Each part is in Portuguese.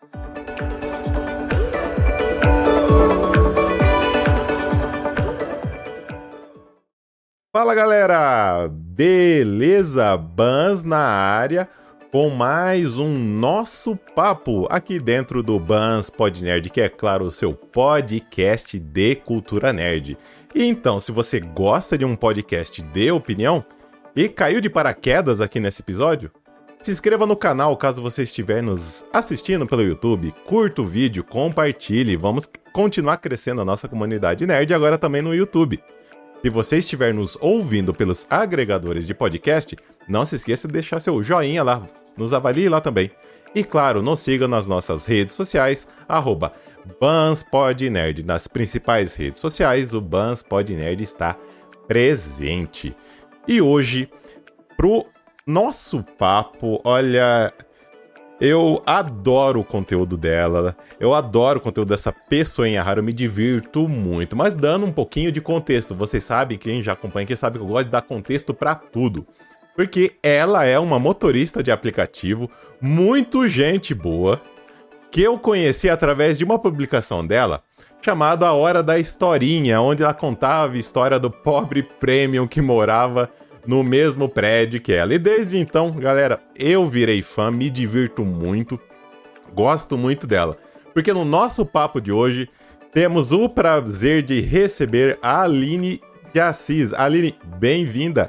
Fala galera, beleza? Bans na área com mais um Nosso Papo aqui dentro do Bans Pod Nerd, que é claro o seu podcast de cultura nerd. E então, se você gosta de um podcast de opinião e caiu de paraquedas aqui nesse episódio, se inscreva no canal caso você estiver nos assistindo pelo YouTube, curta o vídeo, compartilhe, vamos continuar crescendo a nossa comunidade nerd agora também no YouTube. Se você estiver nos ouvindo pelos agregadores de podcast, não se esqueça de deixar seu joinha lá, nos avalie lá também. E claro, nos siga nas nossas redes sociais, @BansPodNerd. Nas principais redes sociais, o Bans Pod Nerd está presente. E hoje, pro nosso papo, olha... Eu adoro o conteúdo dela, eu adoro o conteúdo dessa pessoinha rara, eu me divirto muito. Mas dando um pouquinho de contexto, vocês sabem, quem já acompanha, quem sabe que eu gosto de dar contexto pra tudo. Porque ela é uma motorista de aplicativo, muito gente boa, que eu conheci através de uma publicação dela, chamada A Hora da Historinha, onde ela contava a história do pobre premium que morava no mesmo prédio que ela. E desde então, galera, eu virei fã, me divirto muito, gosto muito dela. Porque no nosso papo de hoje, temos o prazer de receber a Aline de Assis. Aline, bem-vinda!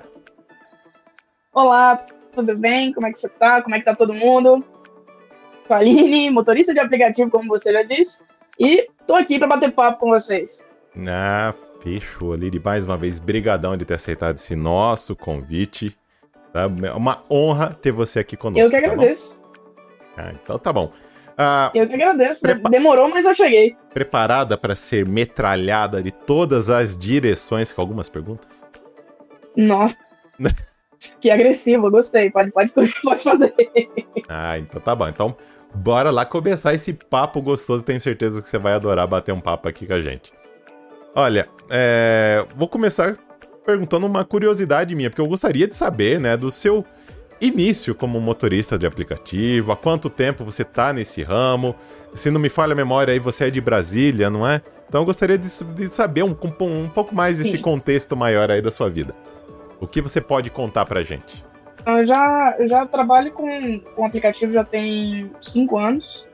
Olá, tudo bem? Como é que você tá? Como é que tá todo mundo? Sou a Aline, motorista de aplicativo, como você já disse, e tô aqui pra bater papo com vocês. Ah, fechou, Aline. Mais uma vez, brigadão de ter aceitado esse nosso convite. Tá? É uma honra ter você aqui conosco. Eu que agradeço. Então tá bom. Eu que agradeço. Demorou, mas eu cheguei. Preparada para ser metralhada de todas as direções com algumas perguntas? Nossa, que agressivo, gostei. Pode fazer. Então tá bom. Então, bora lá começar esse papo gostoso. Tenho certeza que você vai adorar bater um papo aqui com a gente. Olha, vou começar perguntando uma curiosidade minha, porque eu gostaria de saber, né, do seu início como motorista de aplicativo, há quanto tempo você tá nesse ramo, se não me falha a memória aí, você é de Brasília, não é? Então eu gostaria de saber um pouco mais desse contexto maior aí da sua vida. O que você pode contar pra gente? Eu já trabalho com aplicativo já tem 5 anos.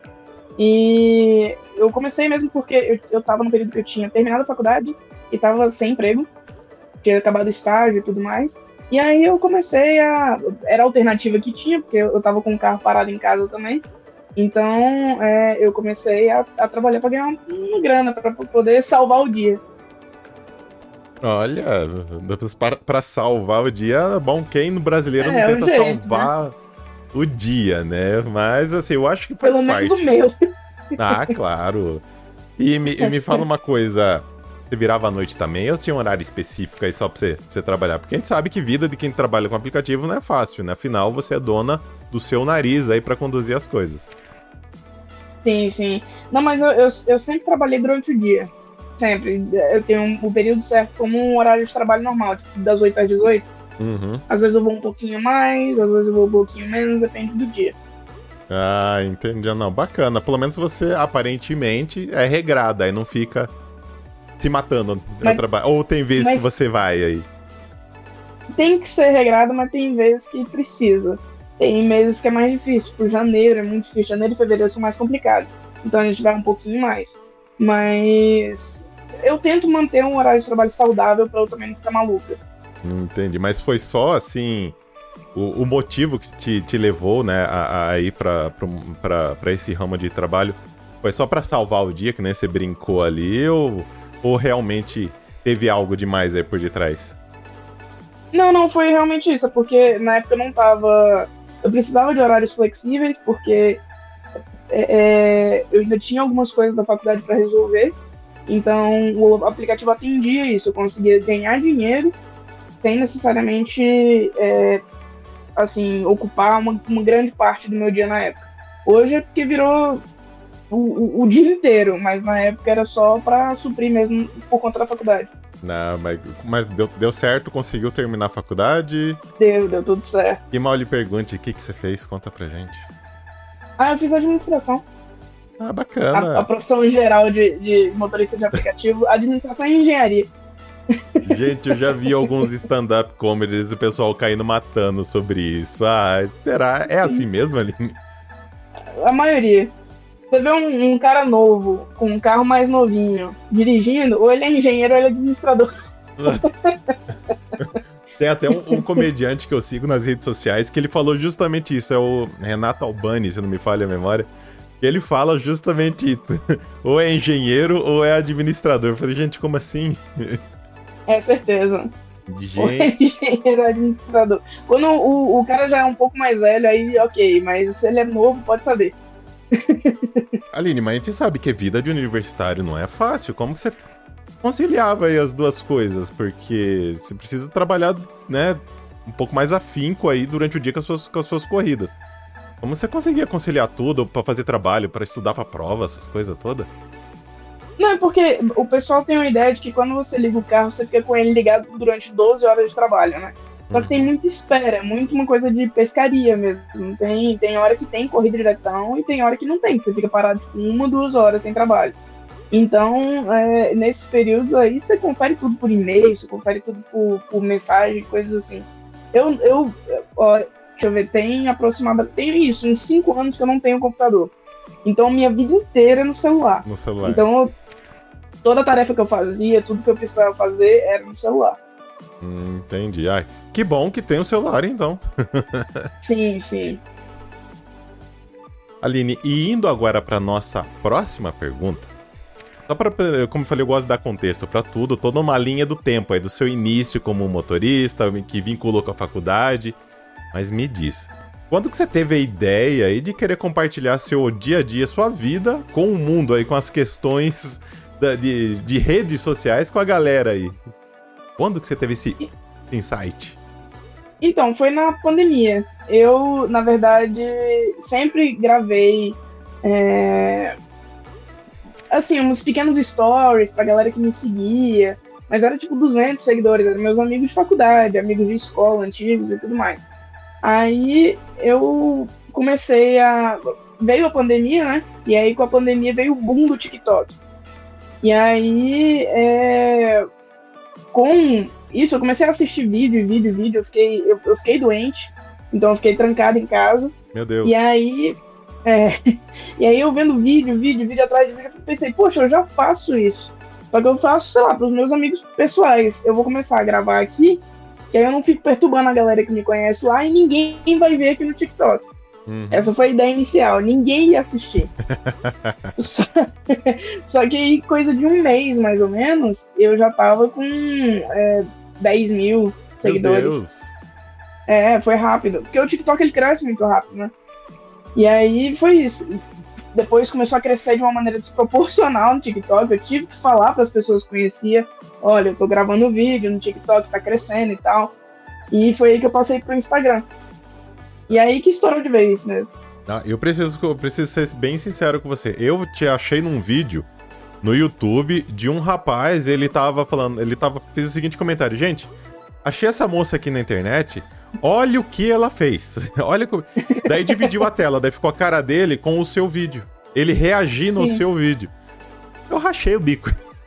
E eu comecei mesmo porque eu tava no período que eu tinha terminado a faculdade e tava sem emprego, tinha acabado o estágio e tudo mais. E aí eu comecei era a alternativa que tinha, porque eu tava com o carro parado em casa também. Então eu comecei a trabalhar pra ganhar uma grana, pra poder salvar o dia. Olha, pra salvar o dia, bom, quem no brasileiro não tenta salvar... né? O dia, né? Mas, assim, eu acho que faz parte. Pelo menos o meu. Claro. E me fala uma coisa. Você virava à noite também ou tinha um horário específico aí só pra você trabalhar? Porque a gente sabe que vida de quem trabalha com aplicativo não é fácil, né? Afinal, você é dona do seu nariz aí pra conduzir as coisas. Sim. Não, mas eu sempre trabalhei durante o dia. Sempre. Eu tenho o período certo como um horário de trabalho normal, tipo, das 8 às 18. Uhum. Às vezes eu vou um pouquinho mais, às vezes eu vou um pouquinho menos, depende do dia. Entendi. Não, bacana. Pelo menos você, aparentemente, é regrada, aí não fica se matando no trabalho. Ou tem vezes que você vai aí? Tem que ser regrado, mas tem vezes que precisa. Tem meses que é mais difícil, tipo janeiro é muito difícil, janeiro e fevereiro são mais complicados. Então a gente vai um pouquinho mais. Mas eu tento manter um horário de trabalho saudável pra eu também não ficar maluca. Entendi, mas foi só, assim, o motivo que te levou, né, a ir pra esse ramo de trabalho, foi só pra salvar o dia, que nem você brincou ali, ou realmente teve algo demais aí por detrás? Não, foi realmente isso, porque na época eu não tava... Eu precisava de horários flexíveis, porque eu ainda tinha algumas coisas da faculdade pra resolver, então o aplicativo atendia isso, eu conseguia ganhar dinheiro sem necessariamente assim, ocupar uma grande parte do meu dia na época. Hoje é porque virou o dia inteiro, mas na época era só pra suprir mesmo por conta da faculdade. Não, mas deu certo? Conseguiu terminar a faculdade? Deu tudo certo. E mal lhe pergunte, o que você fez? Conta pra gente. Eu fiz administração. Ah, bacana. A profissão geral de motorista de aplicativo, administração e engenharia. Gente, eu já vi alguns stand-up comedies e o pessoal caindo matando sobre isso. Ah, será? É assim mesmo, Aline? A maioria. Você vê um cara novo, com um carro mais novinho, dirigindo, ou ele é engenheiro ou ele é administrador. Tem até um comediante que eu sigo nas redes sociais que ele falou justamente isso. É o Renato Albani, se não me falha a memória. Ele fala justamente isso. Ou é engenheiro ou é administrador. Eu falei, gente, como assim? É certeza. Gente. Ou é engenheiro ou administrador. Quando o cara já é um pouco mais velho, aí ok, mas se ele é novo, pode saber. Aline, mas a gente sabe que a vida de universitário não é fácil. Como que você conciliava aí as duas coisas? Porque você precisa trabalhar, né, um pouco mais afinco aí durante o dia com as suas corridas. Como você conseguia conciliar tudo pra fazer trabalho, pra estudar pra prova, essas coisas todas? Não, é porque o pessoal tem uma ideia de que quando você liga o carro, você fica com ele ligado durante 12 horas de trabalho, né? Só que tem muita espera, é muito uma coisa de pescaria mesmo. Tem hora que tem corrida diretão e tem hora que não tem, que você fica parado tipo, 1, 2 horas sem trabalho. Então, nesses períodos aí, você confere tudo por e-mail, você confere tudo por mensagem, coisas assim. Ó, deixa eu ver, tem isso, uns 5 anos que eu não tenho computador. Então, minha vida inteira é no celular. No celular. Então, toda tarefa que eu fazia, tudo que eu precisava fazer era no celular. Entendi. Ai, que bom que tem o celular, então. Sim, sim. Aline, e indo agora para nossa próxima pergunta, só para, como eu falei, eu gosto de dar contexto para tudo, tô numa linha do tempo aí, do seu início como motorista, que vinculou com a faculdade, mas me diz, quando que você teve a ideia aí de querer compartilhar seu dia a dia, sua vida com o mundo aí, com as questões de redes sociais com a galera aí? Quando que você teve esse insight? Então, foi na pandemia. Eu, na verdade, sempre gravei assim, uns pequenos stories pra galera que me seguia, mas era tipo 200 seguidores, eram meus amigos de faculdade, amigos de escola, antigos e tudo mais. Aí eu comecei veio a pandemia, né? E aí com a pandemia veio o boom do TikTok. E aí, com isso, eu comecei a assistir vídeo, eu fiquei doente, então eu fiquei trancado em casa. Meu Deus. E aí, eu vendo vídeo atrás de vídeo, eu pensei, poxa, eu já faço isso. Só que eu faço, sei lá, pros meus amigos pessoais. Eu vou começar a gravar aqui, que aí eu não fico perturbando a galera que me conhece lá e ninguém vai ver aqui no TikTok. Essa foi a ideia inicial, ninguém ia assistir. Só que aí, coisa de um mês, mais ou menos, eu já tava com 10 mil seguidores. Meu Deus. Foi rápido. Porque o TikTok, ele cresce muito rápido, né? E aí, foi isso. Depois começou a crescer de uma maneira desproporcional no TikTok. Eu tive que falar para as pessoas que conhecia, olha, eu tô gravando vídeo no TikTok, tá crescendo e tal. E foi aí que eu passei pro Instagram. E aí que estourou de vez mesmo. Eu preciso ser bem sincero com você. Eu te achei num vídeo no YouTube de um rapaz, fez o seguinte comentário: gente, achei essa moça aqui na internet, olha o que ela fez. Daí dividiu a tela, daí ficou a cara dele com o seu vídeo. Ele reagindo ao seu vídeo. Eu rachei o bico.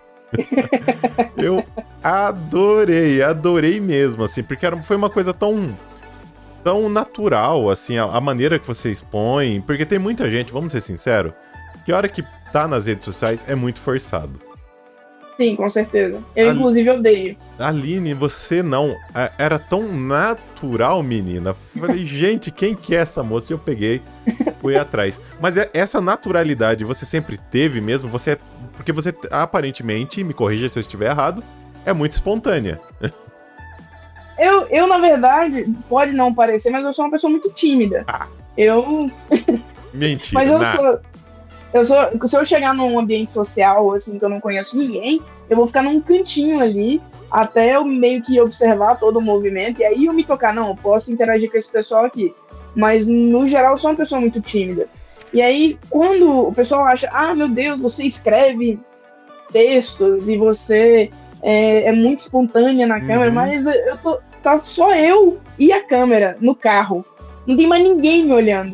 Eu adorei mesmo, assim, porque foi uma coisa tão natural, assim, a maneira que você expõe, porque tem muita gente, vamos ser sinceros, que a hora que tá nas redes sociais é muito forçado. Sim, com certeza. Eu, inclusive, odeio. Aline, você não. Era tão natural, menina. Falei, gente, quem que é essa moça? E eu peguei, fui atrás. Mas essa naturalidade você sempre teve mesmo? Porque você, aparentemente, me corrija se eu estiver errado, é muito espontânea. Eu, na verdade, pode não parecer, mas eu sou uma pessoa muito tímida. Mentira. Mas se eu chegar num ambiente social, assim, que eu não conheço ninguém, eu vou ficar num cantinho ali, até eu meio que observar todo o movimento, e aí eu me tocar, não, eu posso interagir com esse pessoal aqui. Mas, no geral, eu sou uma pessoa muito tímida. E aí, quando o pessoal acha, meu Deus, você escreve textos e você é muito espontânea na câmera, mas tá só eu e a câmera no carro. Não tem mais ninguém me olhando.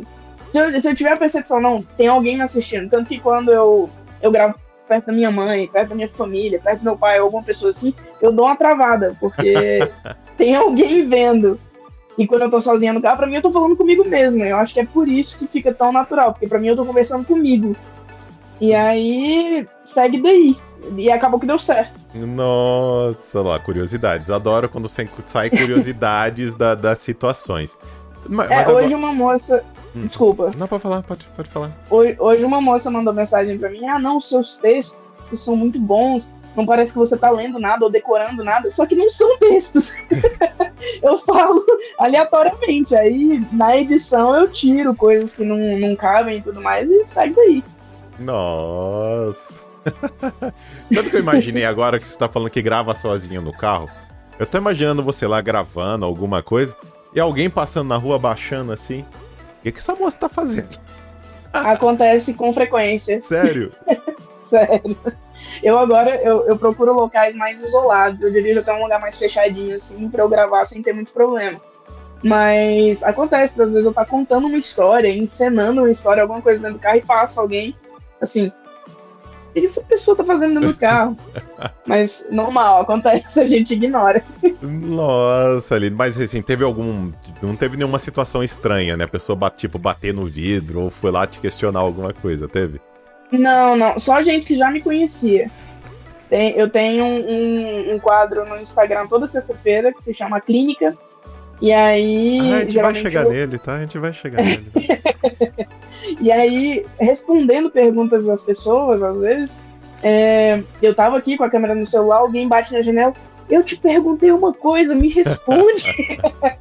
Se eu tiver a percepção, não, tem alguém me assistindo. Tanto que quando eu gravo perto da minha mãe, perto da minha família, perto do meu pai, ou alguma pessoa assim, eu dou uma travada, porque tem alguém vendo. E quando eu tô sozinha no carro, pra mim eu tô falando comigo mesmo. Eu acho que é por isso que fica tão natural, porque pra mim eu tô conversando comigo. E aí, segue daí. E acabou que deu certo. Nossa, lá, curiosidades. Adoro quando sai curiosidades das situações. Mas hoje agora... uma moça... Desculpa. Não, pode falar, pode falar. Hoje uma moça mandou mensagem pra mim. Ah, não, seus textos são muito bons. Não parece que você tá lendo nada ou decorando nada. Só que não são textos. Eu falo aleatoriamente. Aí, na edição, eu tiro coisas que não cabem e tudo mais e sai daí. Nossa. Tanto que eu imaginei agora que você tá falando que grava sozinho no carro. Eu tô imaginando você lá gravando alguma coisa e alguém passando na rua baixando assim. O que essa moça tá fazendo? Acontece com frequência. Sério? Sério. Eu procuro locais mais isolados. Eu dirijo até um lugar mais fechadinho, assim, pra eu gravar sem ter muito problema. Mas acontece, às vezes eu tá contando uma história, encenando uma história, alguma coisa dentro do carro e passa alguém, assim, o que essa pessoa tá fazendo dentro do carro? Mas normal, acontece, a gente ignora. Nossa, ali, mas assim, não teve nenhuma situação estranha, né? A pessoa bater no vidro ou foi lá te questionar alguma coisa, teve? Não, só gente que já me conhecia. Eu tenho um quadro no Instagram toda sexta-feira que se chama Clínica. E aí... a gente vai chegar nele, tá? A gente vai chegar nele. E aí, respondendo perguntas das pessoas, às vezes, eu tava aqui com a câmera no celular, alguém bate na janela, eu te perguntei uma coisa, me responde.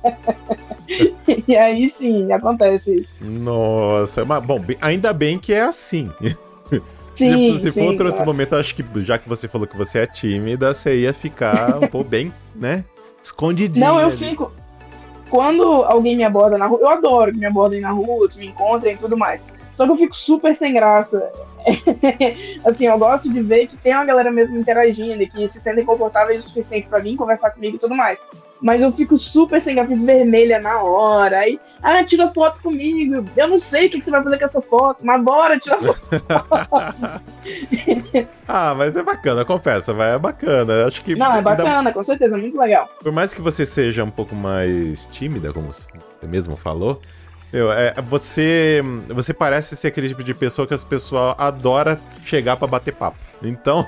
E aí, sim, acontece isso. Nossa, mas bom, ainda bem que é assim. Sim, se for outro momento, acho que já que você falou que você é tímida, você ia ficar um pouco bem, né? Escondidinha. Não, eu fico... Quando alguém me aborda na rua, eu adoro que me abordem na rua, que me encontrem e tudo mais. Só que eu fico super sem graça. Assim, eu gosto de ver que tem uma galera mesmo interagindo e que se sentem confortáveis o suficiente pra vir conversar comigo e tudo mais. Mas eu fico super sem graça, fico vermelha na hora. Aí, tira foto comigo. Eu não sei o que você vai fazer com essa foto, mas bora tirar foto. Mas é bacana, confessa, é bacana. Acho que não, é bacana, com certeza, é muito legal. Por mais que você seja um pouco mais tímida, como você mesmo falou, você parece ser aquele tipo de pessoa que as pessoas adoram chegar pra bater papo. Então,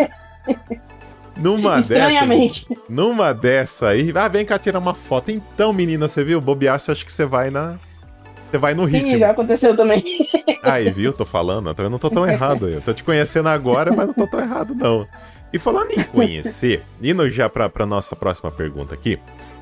numa dessa aí, vem cá tirar uma foto. Então, menina, você viu? Bobear, você acha que você vai no ritmo. Sim, já aconteceu também. Aí, viu? Tô falando, eu não tô tão errado. Eu tô te conhecendo agora, mas não tô tão errado, não. E falando em conhecer, indo já pra nossa próxima pergunta aqui,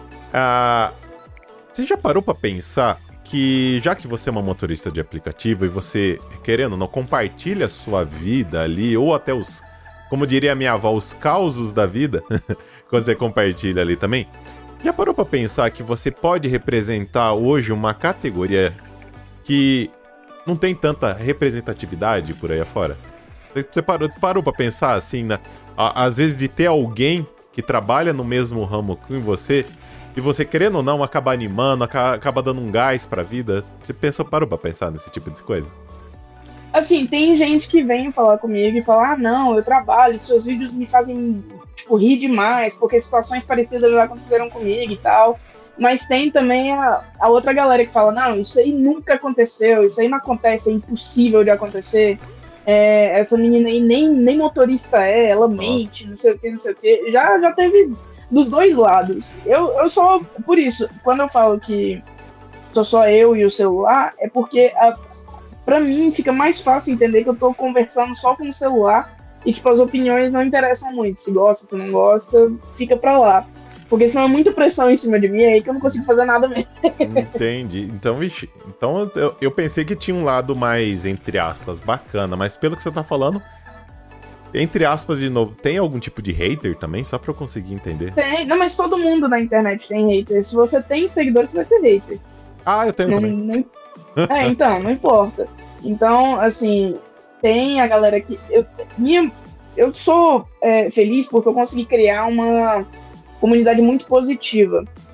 você já parou pra pensar que, já que você é uma motorista de aplicativo e você, querendo ou não, compartilha a sua vida ali, ou até como diria a minha avó, os causos da vida, quando você compartilha ali também, já parou pra pensar que você pode representar hoje uma categoria que não tem tanta representatividade por aí afora? Você parou pra pensar assim, às vezes de ter alguém que trabalha no mesmo ramo que você, e você, querendo ou não, acaba animando, acaba dando um gás pra vida? Você parou pra pensar nesse tipo de coisa? Assim, tem gente que vem falar comigo e fala, não, eu trabalho, seus vídeos me fazem, rir demais, porque situações parecidas já aconteceram comigo e tal. Mas tem também a outra galera que fala, não, isso aí nunca aconteceu, isso aí não acontece, é impossível de acontecer. Essa menina aí nem motorista ela mente, não sei o que. Já teve dos dois lados. Eu só, por isso, quando eu falo que sou só eu e o celular, é porque pra mim fica mais fácil entender que eu tô conversando só com o celular e, as opiniões não interessam muito. Se gosta, se não gosta, fica pra lá. Porque senão é muita pressão em cima de mim, é aí que eu não consigo fazer nada mesmo. Entendi. Então, eu pensei que tinha um lado mais, entre aspas, bacana, mas pelo que você tá falando, entre aspas, de novo, tem algum tipo de hater também? Só pra eu conseguir entender. Tem, não, mas todo mundo na internet tem hater. Se você tem seguidores, você vai ter hater. Eu tenho também. Então, não importa. Então, assim, tem a galera que... Eu sou feliz porque eu consegui criar uma comunidade muito positiva.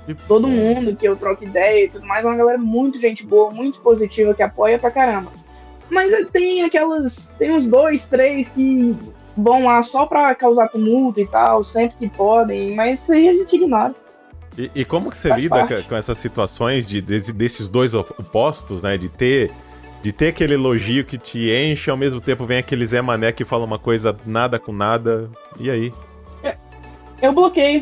Todo mundo que eu troco ideia e tudo mais, é uma galera muito gente boa, muito positiva, que apoia pra caramba. Mas tem uns 2, 3 que vão lá só pra causar tumulto e tal, sempre que podem, mas isso aí a gente ignora. E como que você lida com essas situações desses dois opostos, né? De ter aquele elogio que te enche, ao mesmo tempo vem aquele Zé Mané que fala uma coisa nada com nada, e aí? Eu bloqueio.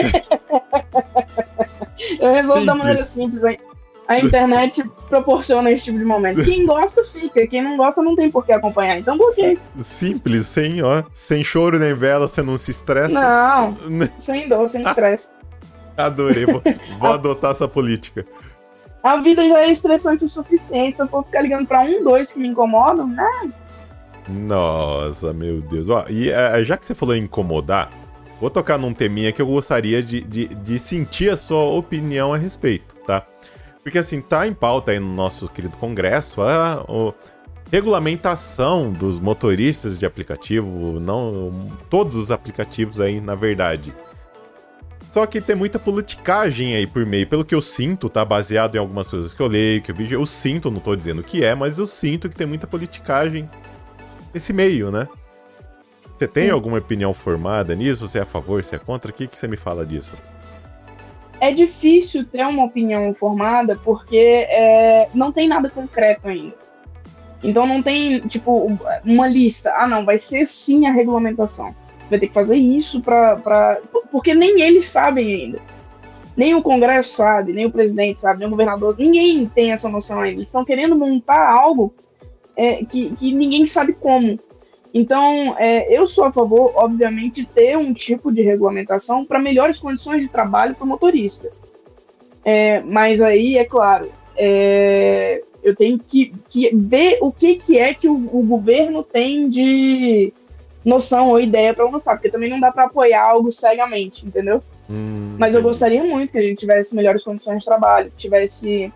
Eu resolvo da maneira simples. A internet proporciona esse tipo de momento. Quem gosta, fica. Quem não gosta, não tem por que acompanhar. Então, bloqueio. Simples, sem choro nem vela, você não se estressa. Não, sem dor, sem estresse. Adorei, vou adotar essa política. A vida já é estressante o suficiente. Se eu for ficar ligando pra 1, 2 que me incomodam, né? Nossa, meu Deus. Ó, e já que você falou em incomodar, vou tocar num teminha que eu gostaria de sentir a sua opinião a respeito, tá? Porque assim, tá em pauta aí no nosso querido Congresso a regulamentação dos motoristas de aplicativo, não todos os aplicativos aí, na verdade. Só que tem muita politicagem aí por meio, pelo que eu sinto, tá? Baseado em algumas coisas que eu leio, que eu vi, eu sinto, não tô dizendo que é, mas eu sinto que tem muita politicagem nesse meio, né? Você tem alguma opinião formada nisso? Você é a favor, você é contra? O que você me fala disso? É difícil ter uma opinião formada porque não tem nada concreto ainda. Então não tem, tipo, uma lista. Ah, não, vai ser sim a regulamentação. Vai ter que fazer isso porque nem eles sabem ainda. Nem o Congresso sabe, nem o presidente sabe, nem o governador. Ninguém tem essa noção ainda. Eles estão querendo montar algo que ninguém sabe como. Então, eu sou a favor, obviamente, de ter um tipo de regulamentação para melhores condições de trabalho para o motorista. Mas aí, é claro, eu tenho que ver o que é que o governo tem de noção ou ideia para lançar, porque também não dá para apoiar algo cegamente, entendeu? Mas eu gostaria muito que a gente tivesse melhores condições de trabalho, que tivesse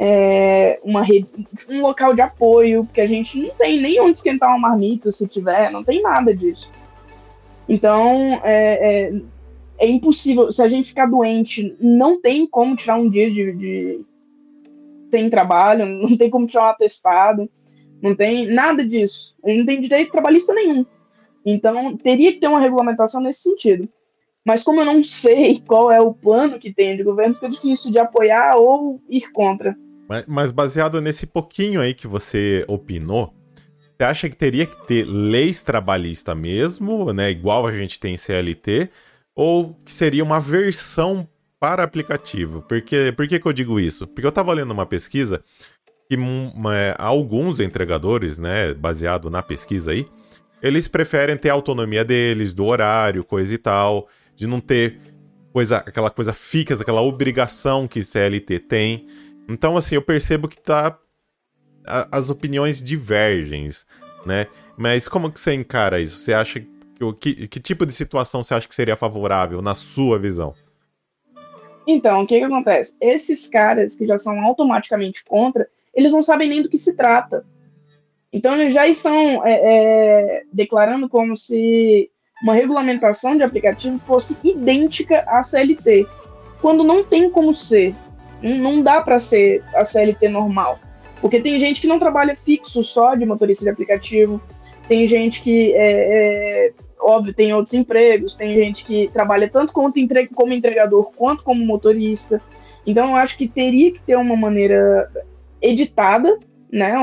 um local de apoio, porque a gente não tem nem onde esquentar uma marmita se tiver, não tem nada disso. Então, é impossível. Se a gente ficar doente, não tem como tirar um dia sem trabalho, não tem como tirar um atestado, não tem nada disso. A gente não tem direito trabalhista nenhum. Então, teria que ter uma regulamentação nesse sentido. Mas como eu não sei qual é o plano que tem de governo, fica difícil de apoiar ou ir contra. Mas baseado nesse pouquinho aí que você opinou, você acha que teria que ter leis trabalhistas mesmo, né, igual a gente tem em CLT, ou que seria uma versão para aplicativo? Por que eu digo isso? Porque eu estava lendo uma pesquisa que alguns entregadores, né, baseado na pesquisa aí, eles preferem ter a autonomia deles, do horário, coisa e tal, de não ter aquela coisa fixa, aquela obrigação que CLT tem. Então, assim, eu percebo que as opiniões divergem, né? Mas como que você encara isso? Você acha que tipo de situação você acha que seria favorável, na sua visão? Então, o que acontece? Esses caras que já são automaticamente contra, eles não sabem nem do que se trata. Então, eles já estão declarando como se uma regulamentação de aplicativo fosse idêntica à CLT, quando não tem como ser. Não dá para ser a CLT normal. Porque tem gente que não trabalha fixo só de motorista de aplicativo, tem gente que, óbvio, tem outros empregos, tem gente que trabalha tanto como entregador quanto como motorista. Então, eu acho que teria que ter uma maneira editada, né,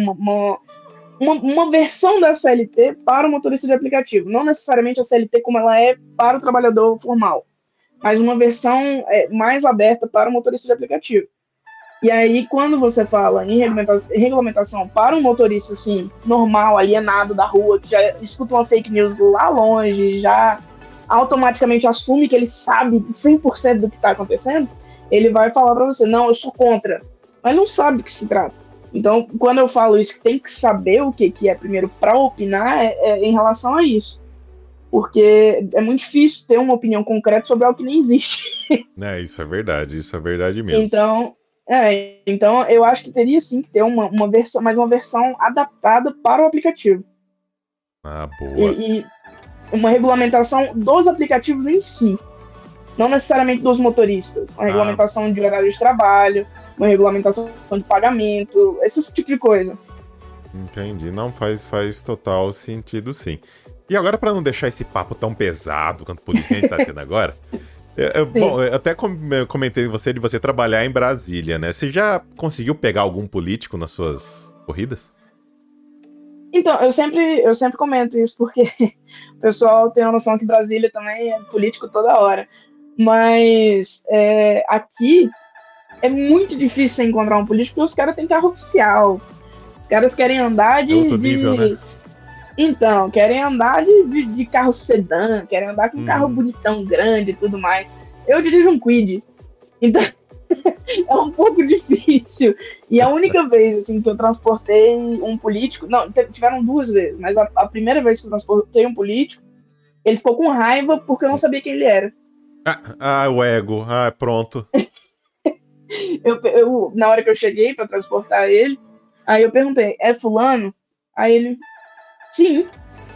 uma versão da CLT para o motorista de aplicativo. Não necessariamente a CLT como ela é para o trabalhador formal, mas uma versão mais aberta para o motorista de aplicativo. E aí, quando você fala em regulamentação para um motorista, assim, normal, alienado da rua, que já escuta uma fake news lá longe, já automaticamente assume que ele sabe 100% do que está acontecendo, ele vai falar para você, não, eu sou contra. Mas não sabe do que se trata. Então, quando eu falo isso, que tem que saber o que é primeiro para opinar, em relação a isso. Porque é muito difícil ter uma opinião concreta sobre algo que nem existe. Isso é verdade mesmo. Então eu acho que teria sim que ter uma versão, mas uma versão adaptada para o aplicativo. Ah, boa. E uma regulamentação dos aplicativos em si. Não necessariamente dos motoristas. Uma regulamentação de horário de trabalho, uma regulamentação de pagamento, esse tipo de coisa. Entendi. Não, faz total sentido, sim. E agora, para não deixar esse papo tão pesado quanto por isso que a gente tá tendo agora, bom, eu até comentei de você trabalhar em Brasília, né? Você já conseguiu pegar algum político nas suas corridas? Então, eu sempre comento isso, porque o pessoal tem a noção que Brasília também é político toda hora. Mas aqui é muito difícil você encontrar um político, porque os caras têm carro oficial. Os caras querem andar de... outro nível, né? Então, querem andar de carro sedã, querem andar com um carro bonitão, grande e tudo mais. Eu dirijo um Kwid, então é um pouco difícil. E a única vez assim, que eu transportei um político... Não, tiveram 2 vezes, mas a primeira vez que eu transportei um político, ele ficou com raiva porque eu não sabia quem ele era. O ego. Pronto. Na hora que eu cheguei pra transportar ele, aí eu perguntei, é fulano? Aí ele, sim.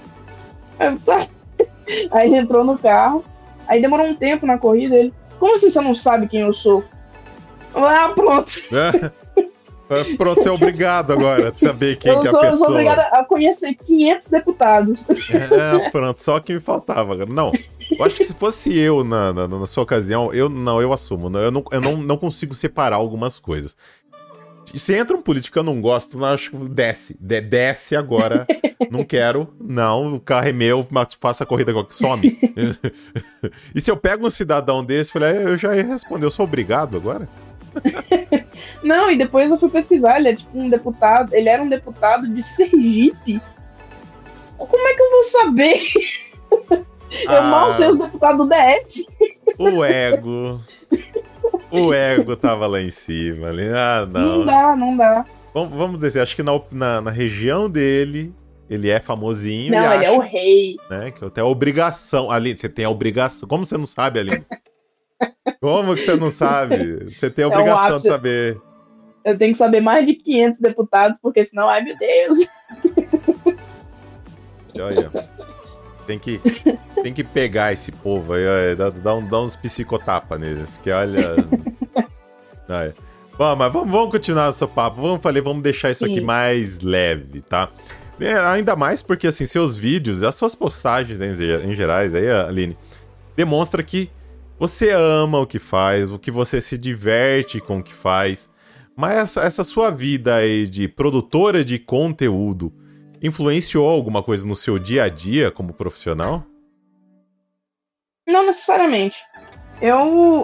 Aí ele entrou no carro, aí demorou um tempo na corrida, ele, como assim você não sabe quem eu sou? Pronto. Pronto, você é obrigado agora a saber quem que é a pessoa. Eu sou obrigado a conhecer 500 deputados. Pronto, só que me faltava. Não, eu acho que se fosse eu na sua ocasião, eu assumo. Eu não consigo separar algumas coisas. Se entra um político que eu não gosto, eu acho que desce agora. Não quero. Não, o carro é meu, mas faça a corrida agora, que some. E se eu pego um cidadão desse, eu já ia responder, eu sou obrigado agora? Não, e depois eu fui pesquisar, ele é tipo um deputado, ele era um deputado de Sergipe. Como é que eu vou saber? Eu mal sei os deputados do DF. O ego tava lá em cima. Ali. Não. Não dá. Vamos dizer, acho que na região dele, ele é famosinho. Não, ele é o rei. Né, que eu tenho a obrigação. Aline, você tem a obrigação. Como você não sabe, Aline? Como que você não sabe? Você tem a obrigação de saber. Eu tenho que saber mais de 500 deputados, porque senão, ai meu Deus. Olha, tem que pegar esse povo aí, dar uns psicotapa neles, porque olha... Bom, mas vamos continuar nosso papo, vamos deixar isso aqui mais leve, tá? Ainda mais porque, assim, seus vídeos, as suas postagens em gerais, aí, Aline, demonstra que você ama o que faz, o que você se diverte com o que faz. Mas essa sua vida aí de produtora de conteúdo influenciou alguma coisa no seu dia a dia como profissional? Não necessariamente. Eu,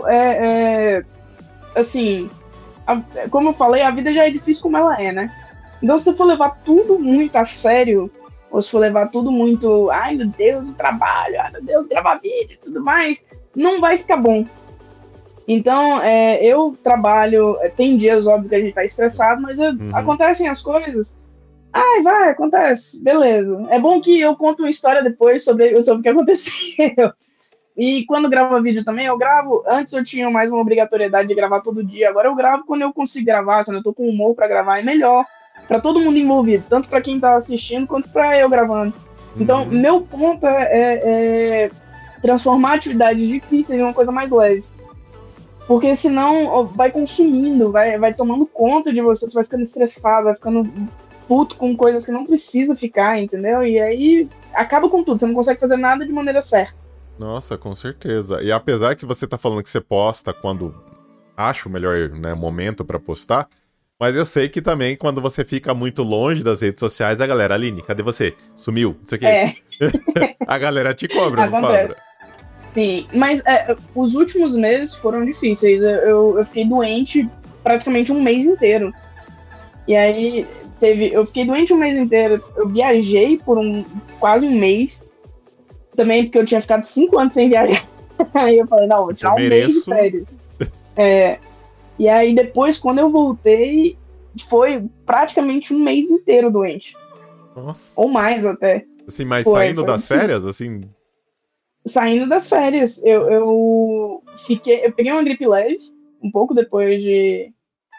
assim, como eu falei, a vida já é difícil como ela é, né? Então, se você for levar tudo muito a sério, ou se for levar tudo muito, ai meu Deus, o trabalho, ai meu Deus, gravar vídeo e tudo mais, não vai ficar bom. Então, eu trabalho, tem dias, óbvio, que a gente tá estressado, mas acontecem as coisas. Acontece, beleza. É bom que eu conto uma história depois sobre o que aconteceu. E quando gravo vídeo também, eu gravo. Antes eu tinha mais uma obrigatoriedade de gravar todo dia, agora eu gravo quando eu consigo gravar, quando eu tô com humor pra gravar, é melhor. Pra todo mundo envolvido, tanto pra quem tá assistindo, quanto pra eu gravando. Então, meu ponto é transformar atividades difíceis em uma coisa mais leve. Porque senão vai consumindo, vai tomando conta de você vai ficando estressado, vai ficando puto com coisas que não precisa ficar, entendeu? E aí acaba com tudo, você não consegue fazer nada de maneira certa. Nossa, com certeza. E apesar que você tá falando que você posta quando acha o melhor, né, momento pra postar, mas eu sei que também quando você fica muito longe das redes sociais, a galera, Aline, cadê você? Sumiu, não sei o quê. A galera te cobra, não cobra? Sim, mas os últimos meses foram difíceis. Eu fiquei doente praticamente um mês inteiro. E aí eu fiquei doente um mês inteiro. Eu viajei por quase um mês. Também porque eu tinha ficado 5 anos sem viajar. Aí eu falei, não, vou tirar um mês de férias. E aí depois, quando eu voltei, foi praticamente um mês inteiro doente. Nossa. Ou mais até. Assim, mas saindo das férias, assim... Saindo das férias, eu peguei uma gripe leve, um pouco depois de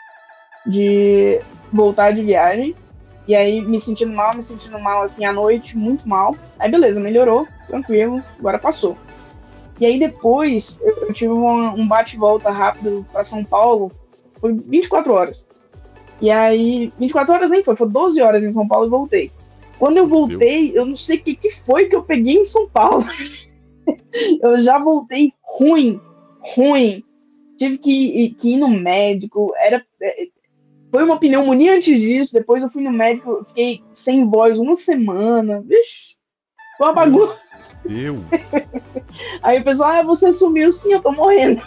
voltar de viagem, e aí me sentindo mal, assim, à noite, muito mal. Aí beleza, melhorou, tranquilo, agora passou. E aí depois eu tive um bate-volta rápido para São Paulo, foi 24 horas. E aí, 24 horas nem foi 12 horas em São Paulo e voltei. Quando eu voltei, eu não sei o que foi que eu peguei em São Paulo. Eu já voltei ruim. Tive que ir no médico, foi uma pneumonia antes disso, depois eu fui no médico, fiquei sem voz uma semana. Vixe, foi uma bagunça. Eu. Aí o pessoal, você sumiu, sim, eu tô morrendo.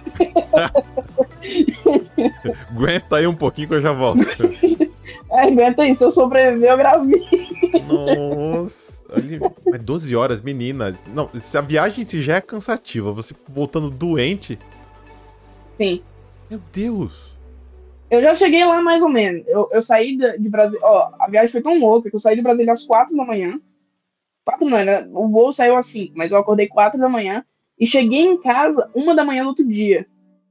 Aguenta aí um pouquinho que eu já volto. Aguenta aí, se eu sobreviver, eu gravei. Nossa, mas 12 horas, meninas. Não, se a viagem se já é cansativa, você voltando doente. Sim. Meu Deus. Eu já cheguei lá mais ou menos. Eu saí de Brasília. Ó, a viagem foi tão louca que eu saí de Brasília às 4 da manhã. 4 não, né? O voo saiu às 5, mas eu acordei 4 da manhã e cheguei em casa 1 da manhã no outro dia.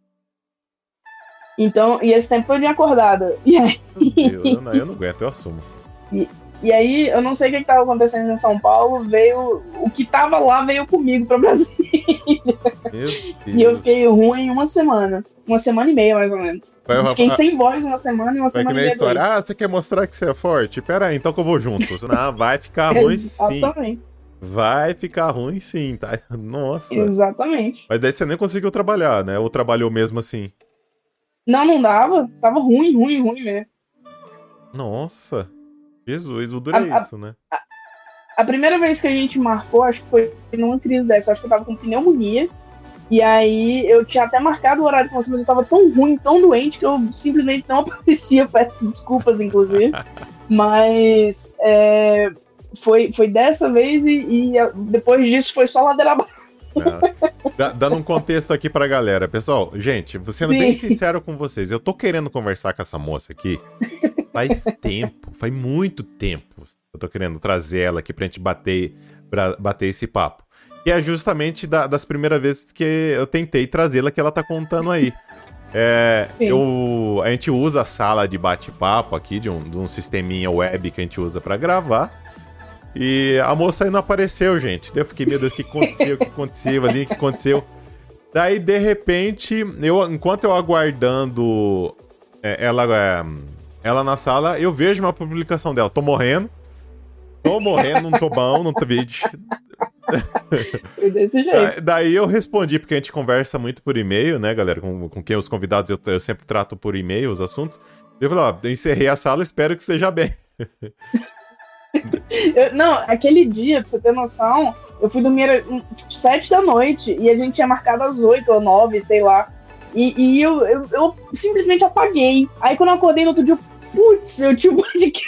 Então, e esse tempo todo eu acordada. E aí... Meu Deus, eu não aguento, eu assumo. E aí, eu não sei o que estava acontecendo em São Paulo, o que tava lá veio comigo pra Brasília. Meu Deus. E eu fiquei ruim em uma semana. Uma semana e meia, mais ou menos. Fiquei sem voz uma semana e uma semana e meia. Vai que nem a história, você quer mostrar que você é forte? Pera aí, então que eu vou junto. Não, vai ficar ruim sim. Exatamente. Vai ficar ruim sim, tá? Nossa. Exatamente. Mas daí você nem conseguiu trabalhar, né? Ou trabalhou mesmo assim? Não dava. Tava ruim mesmo. Nossa. Jesus, o duro é isso, né? A primeira vez que a gente marcou, acho que foi numa crise dessa. Acho que eu tava com pneumonia. E aí eu tinha até marcado o horário com você, mas eu tava tão ruim, tão doente, que eu simplesmente não aparecia. Peço desculpas, inclusive. Mas foi dessa vez e depois disso foi só ladeira abaixo. Dando um contexto aqui pra galera. Pessoal, gente, sendo bem sincero com vocês, eu tô querendo conversar com essa moça aqui faz tempo, faz muito tempo. Eu tô querendo trazer ela aqui pra gente bater esse papo. E é justamente das primeiras vezes que eu tentei trazê-la que ela tá contando aí. A gente usa a sala de bate-papo aqui, de um sisteminha web que a gente usa pra gravar. E a moça aí não apareceu, gente. Daí eu fiquei, meu Deus, o que aconteceu? Daí, de repente, enquanto eu aguardando ela na sala, eu vejo uma publicação dela. Tô morrendo, não tô bom, não tô vídeo. Foi desse jeito. Daí eu respondi, porque a gente conversa muito por e-mail, né, galera? Com quem os convidados eu sempre trato por e-mail os assuntos. Eu falei, eu encerrei a sala, espero que esteja bem. Aquele dia, pra você ter noção, eu fui dormir tipo 7 da noite e a gente tinha marcado às 8 ou 9, sei lá. E eu simplesmente apaguei. Aí quando eu acordei no outro dia, putz, eu tinha um podcast.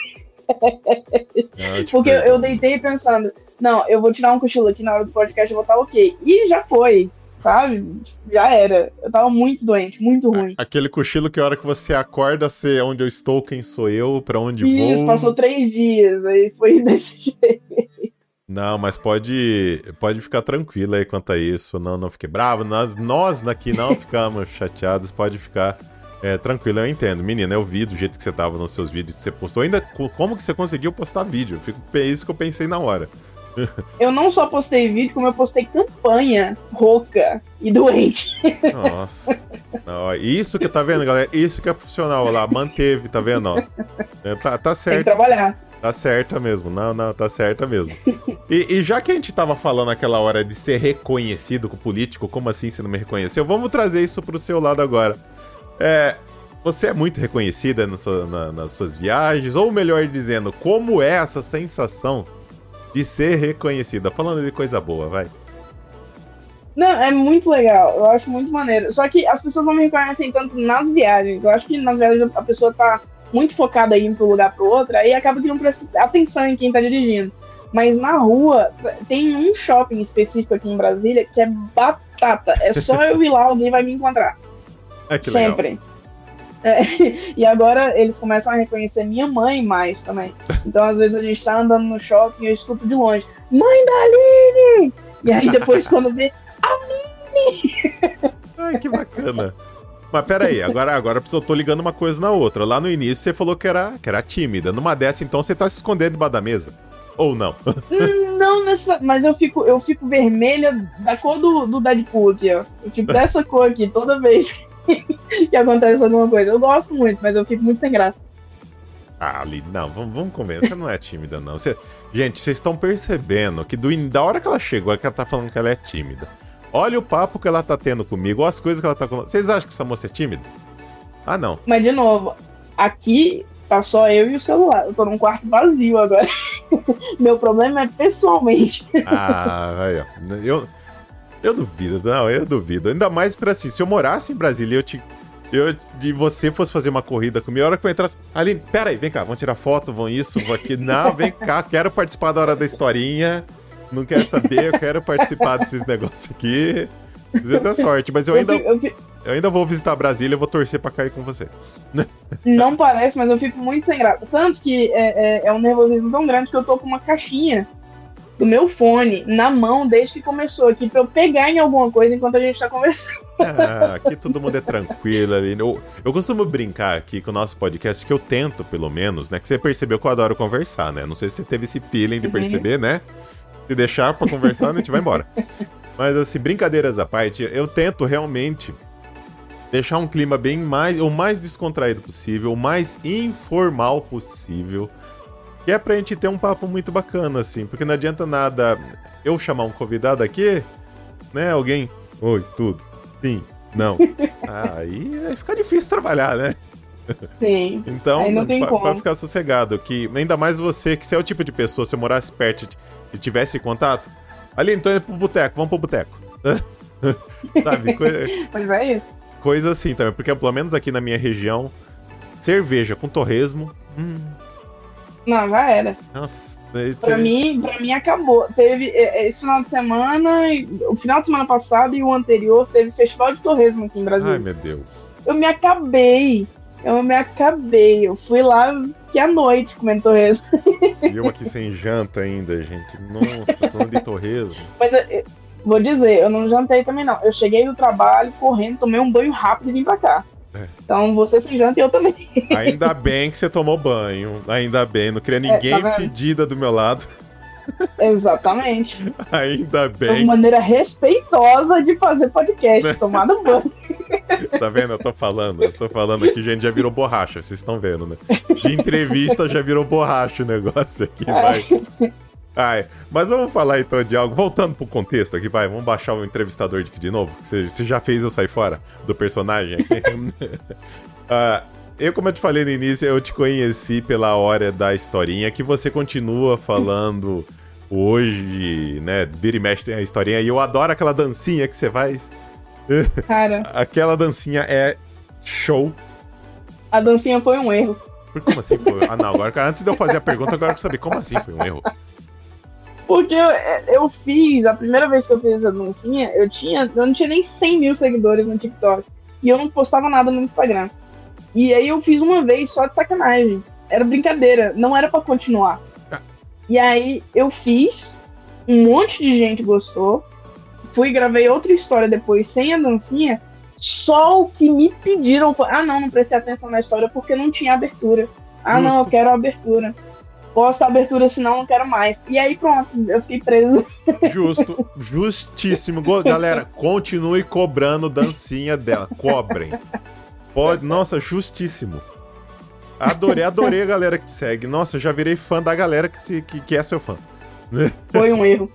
Porque eu deitei pensando, não, eu vou tirar um cochilo aqui na hora do podcast, eu vou estar ok. E já foi, sabe? Já era. Eu tava muito doente, muito ruim. Aquele cochilo que a hora que você acorda, você onde eu estou, quem sou eu, pra onde vou. Isso, passou 3 dias, aí foi desse jeito. Não, mas pode ficar tranquilo aí quanto a isso, não fique bravo, nós aqui não ficamos chateados, pode ficar tranquilo, eu entendo. Menina, eu vi do jeito que você tava nos seus vídeos que você postou, ainda como que você conseguiu postar vídeo? Isso que eu pensei na hora. Eu não só postei vídeo, como eu postei campanha rouca e doente. Nossa. Não, isso que tá vendo, galera? Isso que é profissional, olha lá, manteve, tá vendo? Ó. Tá certo. Tem que trabalhar. Tá certa mesmo, não, tá certa mesmo. E já que a gente tava falando aquela hora de ser reconhecido com o político, como assim você não me reconheceu? Vamos trazer isso pro seu lado agora. Você é muito reconhecida nas suas viagens, ou melhor dizendo, como é essa sensação de ser reconhecida? Falando de coisa boa, vai. Não, é muito legal, eu acho muito maneiro. Só que as pessoas não me reconhecem tanto nas viagens. Eu acho que nas viagens a pessoa tá muito focada em ir para um lugar para o outro, aí acaba que não presta atenção em quem tá dirigindo. Mas na rua, tem um shopping específico aqui em Brasília que é batata. É só eu ir lá, alguém vai me encontrar. Que sempre. E agora eles começam a reconhecer minha mãe mais também. Então, às vezes, a gente tá andando no shopping e eu escuto de longe, mãe da Aline! E aí depois, quando vê, Aline! Ai, que bacana. Mas peraí, agora eu tô ligando uma coisa na outra. Lá no início você falou que era tímida. Numa dessa, então, você tá se escondendo debaixo da mesa. Ou não? Não mas eu fico vermelha da cor do Deadpool aqui, ó. Eu fico dessa cor aqui toda vez que acontece alguma coisa. Eu gosto muito, mas eu fico muito sem graça. Ah, Aline, não, vamos conversar. Você não é tímida, não. Gente, vocês estão percebendo que da hora que ela chegou, é que ela tá falando que ela é tímida. Olha o papo que ela tá tendo comigo, olha as coisas que ela tá falando. Vocês acham que essa moça é tímida? Ah, não. Mas, de novo, aqui tá só eu e o celular. Eu tô num quarto vazio agora. Meu problema é pessoalmente. Ah, aí, ó. Eu duvido, não, eu duvido. Ainda mais pra assim, se eu morasse em Brasília, de você fosse fazer uma corrida comigo, a hora que eu entrasse. Aline, pera aí, vem cá, vamos tirar foto, vão aqui. Não, vem cá, quero participar da hora da historinha. Não quero saber, eu quero participar desses negócios aqui. Você dá sorte, mas eu ainda vou visitar Brasília e vou torcer pra cair com você. Não parece, mas eu fico muito sem graça. Tanto que é um nervosismo tão grande que eu tô com uma caixinha do meu fone na mão desde que começou aqui, pra eu pegar em alguma coisa enquanto a gente tá conversando. Aqui todo mundo é tranquilo ali. Eu costumo brincar aqui com o nosso podcast, que eu tento, pelo menos, né? Que você percebeu que eu adoro conversar, né? Não sei se você teve esse feeling de perceber, né? Se deixar pra conversar, a gente vai embora. Mas, assim, brincadeiras à parte, eu tento realmente deixar um clima o mais descontraído possível, o mais informal possível, que é pra gente ter um papo muito bacana, assim, porque não adianta nada eu chamar um convidado aqui, né, alguém, oi, tudo, sim, não, aí fica difícil trabalhar, né? Sim, então, aí não tem como. Pra ficar sossegado, que ainda mais você, que você é o tipo de pessoa, se eu morasse perto e tivesse contato, ali, então vamos pro boteco. Sabe? Mas é isso. Coisa assim também, porque pelo menos aqui na minha região, cerveja com torresmo. Não, já era. Nossa, pra mim acabou. Teve esse final de semana, o final de semana passado e o anterior, teve festival de torresmo aqui em Brasília. Ai, meu Deus. Eu me acabei. Eu fui lá que à noite comendo torresmo. E eu aqui sem janta ainda, gente. Nossa, falando de torresmo. Mas vou dizer, eu não jantei também não. Eu cheguei do trabalho correndo, tomei um banho rápido e vim pra cá. Então você sem janta e eu também. Ainda bem que você tomou banho. Ainda bem, não queria ninguém tá fedida do meu lado. Exatamente. Ainda bem. É uma maneira respeitosa de fazer podcast, tomar no banho. Tá vendo? Eu tô falando aqui, gente, já virou borracha, vocês estão vendo, né? De entrevista já virou borracha o negócio aqui, vai. Mas vamos falar então de algo, voltando pro contexto aqui, vai, vamos baixar o entrevistador aqui de novo, você já fez eu sair fora do personagem aqui. Como eu te falei no início, eu te conheci pela hora da historinha, que você continua falando hoje, né, vira e mexe tem a historinha, e eu adoro aquela dancinha que você faz. Cara, aquela dancinha é show. A dancinha foi um erro. Como assim foi? Não, agora, cara, antes de eu fazer a pergunta, agora eu quero saber como assim foi um erro. Porque eu fiz, a primeira vez que eu fiz essa dancinha, eu não tinha nem 100 mil seguidores no TikTok. E eu não postava nada no Instagram. E aí eu fiz uma vez só de sacanagem. Era brincadeira, não era pra continuar. E aí eu fiz, um monte de gente gostou. Fui e gravei outra história depois sem a dancinha. Só o que me pediram foi: não prestei atenção na história porque não tinha abertura. Não, eu quero a abertura. Posta a abertura, senão não quero mais. E aí pronto, eu fiquei preso. Justíssimo. Galera, continue cobrando dancinha dela. Cobrem. Nossa, justíssimo. Adorei a galera que te segue. Nossa, já virei fã da galera que é seu fã. Foi um erro.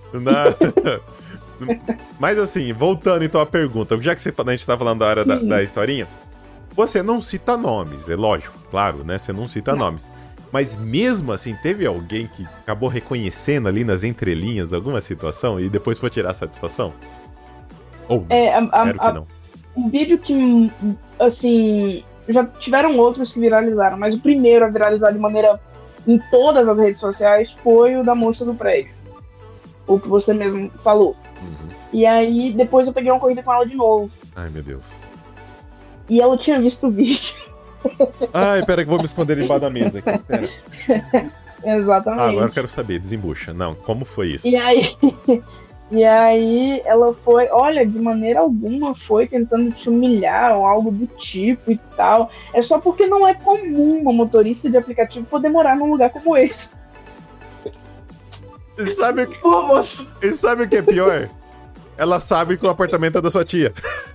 Mas assim, voltando então à pergunta, já que a gente tá falando da área da historinha, você não cita nomes, é lógico, claro, né? Você não cita nomes. Mas mesmo assim, teve alguém que acabou reconhecendo ali nas entrelinhas alguma situação e depois foi tirar satisfação? Ou não? Espero que não. Um vídeo que, assim, já tiveram outros que viralizaram, mas o primeiro a viralizar de maneira em todas as redes sociais foi o da moça do prédio. O que você mesmo falou. Uhum. E aí, depois eu peguei uma corrida com ela de novo. Ai, meu Deus. E ela tinha visto o vídeo. Ai, pera que eu vou me esconder debaixo da mesa aqui, espera. Exatamente. Agora eu quero saber, desembucha. Não, como foi isso? E aí ela foi, olha, de maneira alguma foi tentando te humilhar ou algo do tipo e tal. É só porque não é comum uma motorista de aplicativo poder morar num lugar como esse. Pô, moço. E sabe o que é pior? Ela sabe que o apartamento é da sua tia.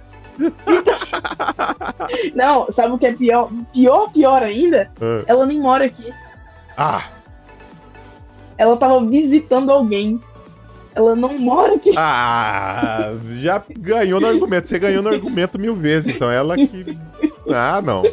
Não, sabe o que é pior? Pior ainda? Ela nem mora aqui. Ah! Ela tava visitando alguém. Ela não mora aqui. Ah! Já ganhou no argumento. Você ganhou no argumento 1000 vezes. Então ela que... Ah, não.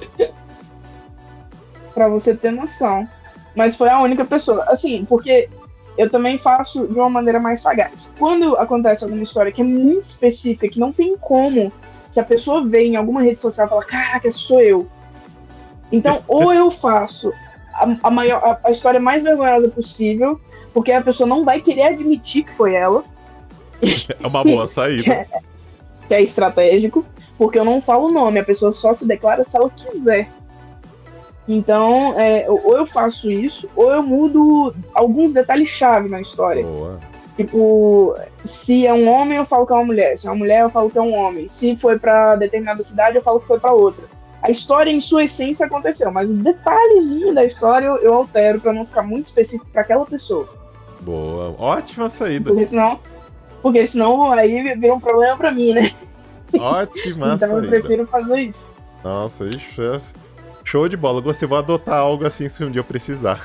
Pra você ter noção. Mas foi a única pessoa. Assim, porque eu também faço de uma maneira mais sagaz. Quando acontece alguma história que é muito específica, que não tem como, se a pessoa vê em alguma rede social e fala, caraca, sou eu. Então, ou eu faço a história mais vergonhosa possível, porque a pessoa não vai querer admitir que foi ela. É uma boa saída. Que é estratégico, porque eu não falo o nome, a pessoa só se declara se ela quiser. Então, ou eu faço isso, ou eu mudo alguns detalhes-chave na história. Boa. Tipo, se é um homem, eu falo que é uma mulher. Se é uma mulher, eu falo que é um homem. Se foi pra determinada cidade, eu falo que foi pra outra. A história, em sua essência, aconteceu, mas o detalhezinho da história eu altero pra não ficar muito específico pra aquela pessoa. Boa. Ótima saída. Porque senão aí vira um problema pra mim, né? Ótima então saída. Eu prefiro fazer isso. Nossa, isso. Show de bola. Gostei, vou adotar algo assim se um dia eu precisar.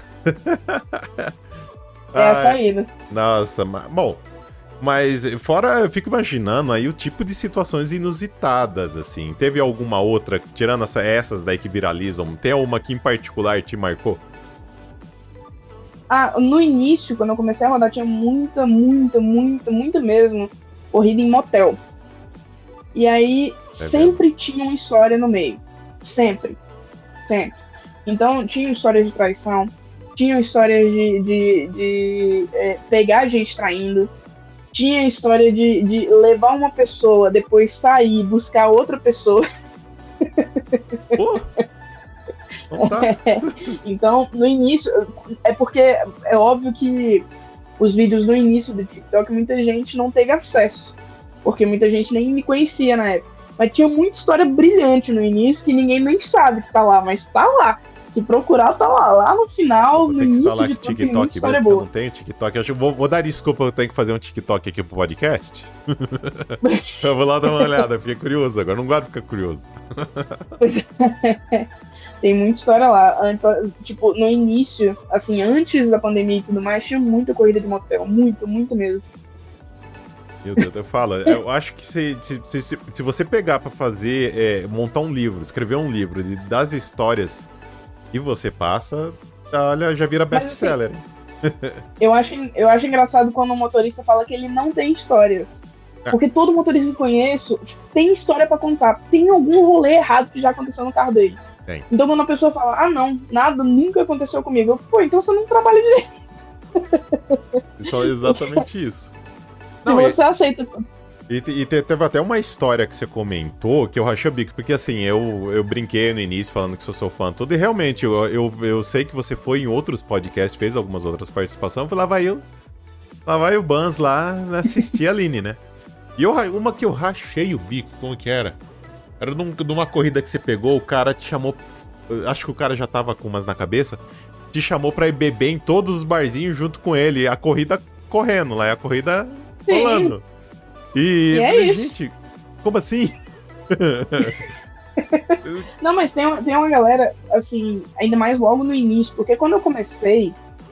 É a saída. Nossa, bom. Mas fora, eu fico imaginando aí o tipo de situações inusitadas, assim. Teve alguma outra, tirando essas daí que viralizam, tem alguma que em particular te marcou? No início, quando eu comecei a rodar, tinha muita mesmo corrida em motel. E aí, sempre tinha uma história no meio. Sempre. Então, tinha histórias de traição, tinha histórias de pegar gente traindo, tinha história de levar uma pessoa, depois sair, buscar outra pessoa. Tá. Então, no início, é porque é óbvio que os vídeos no início do TikTok muita gente não teve acesso, porque muita gente nem me conhecia na época. Mas tinha muita história brilhante no início que ninguém nem sabe que tá lá, mas tá lá. Se procurar, tá lá. Lá no final, no início de tudo, tem muita história boa. Eu não tenho TikTok. Eu vou dar desculpa, eu tenho que fazer um TikTok aqui pro podcast. Eu vou lá dar uma olhada, fiquei curioso. Agora não gosto de ficar curioso. Pois é. Tem muita história lá. Antes, tipo, no início, assim, antes da pandemia e tudo mais, tinha muita corrida de motel. Muito mesmo. Meu Deus, eu falo. Eu acho que se você pegar pra fazer, montar um livro, escrever um livro das histórias que você passa, olha, já vira best-seller. Eu acho engraçado quando o motorista fala que ele não tem histórias. Porque todo motorista que eu conheço tem história pra contar. Tem algum rolê errado que já aconteceu no carro dele. Tem. Então quando a pessoa fala, não, nada nunca aconteceu comigo. Eu, pô, então você não trabalha direito. Só exatamente isso. Se você aceita. E teve até uma história que você comentou que eu rachei o bico, porque assim, eu brinquei no início falando que sou fã tudo, e realmente, eu sei que você foi em outros podcasts, fez algumas outras participações, lá vai o Bans lá assistir a Aline, né? E uma que eu rachei o bico, como que era? Era numa corrida que você pegou, o cara te chamou, acho que o cara já tava com umas na cabeça, te chamou pra ir beber em todos os barzinhos junto com ele, a corrida correndo lá, a corrida rolando. E é isso. Gente, como assim? Não, mas tem uma galera, assim, ainda mais logo no início, porque quando eu comecei,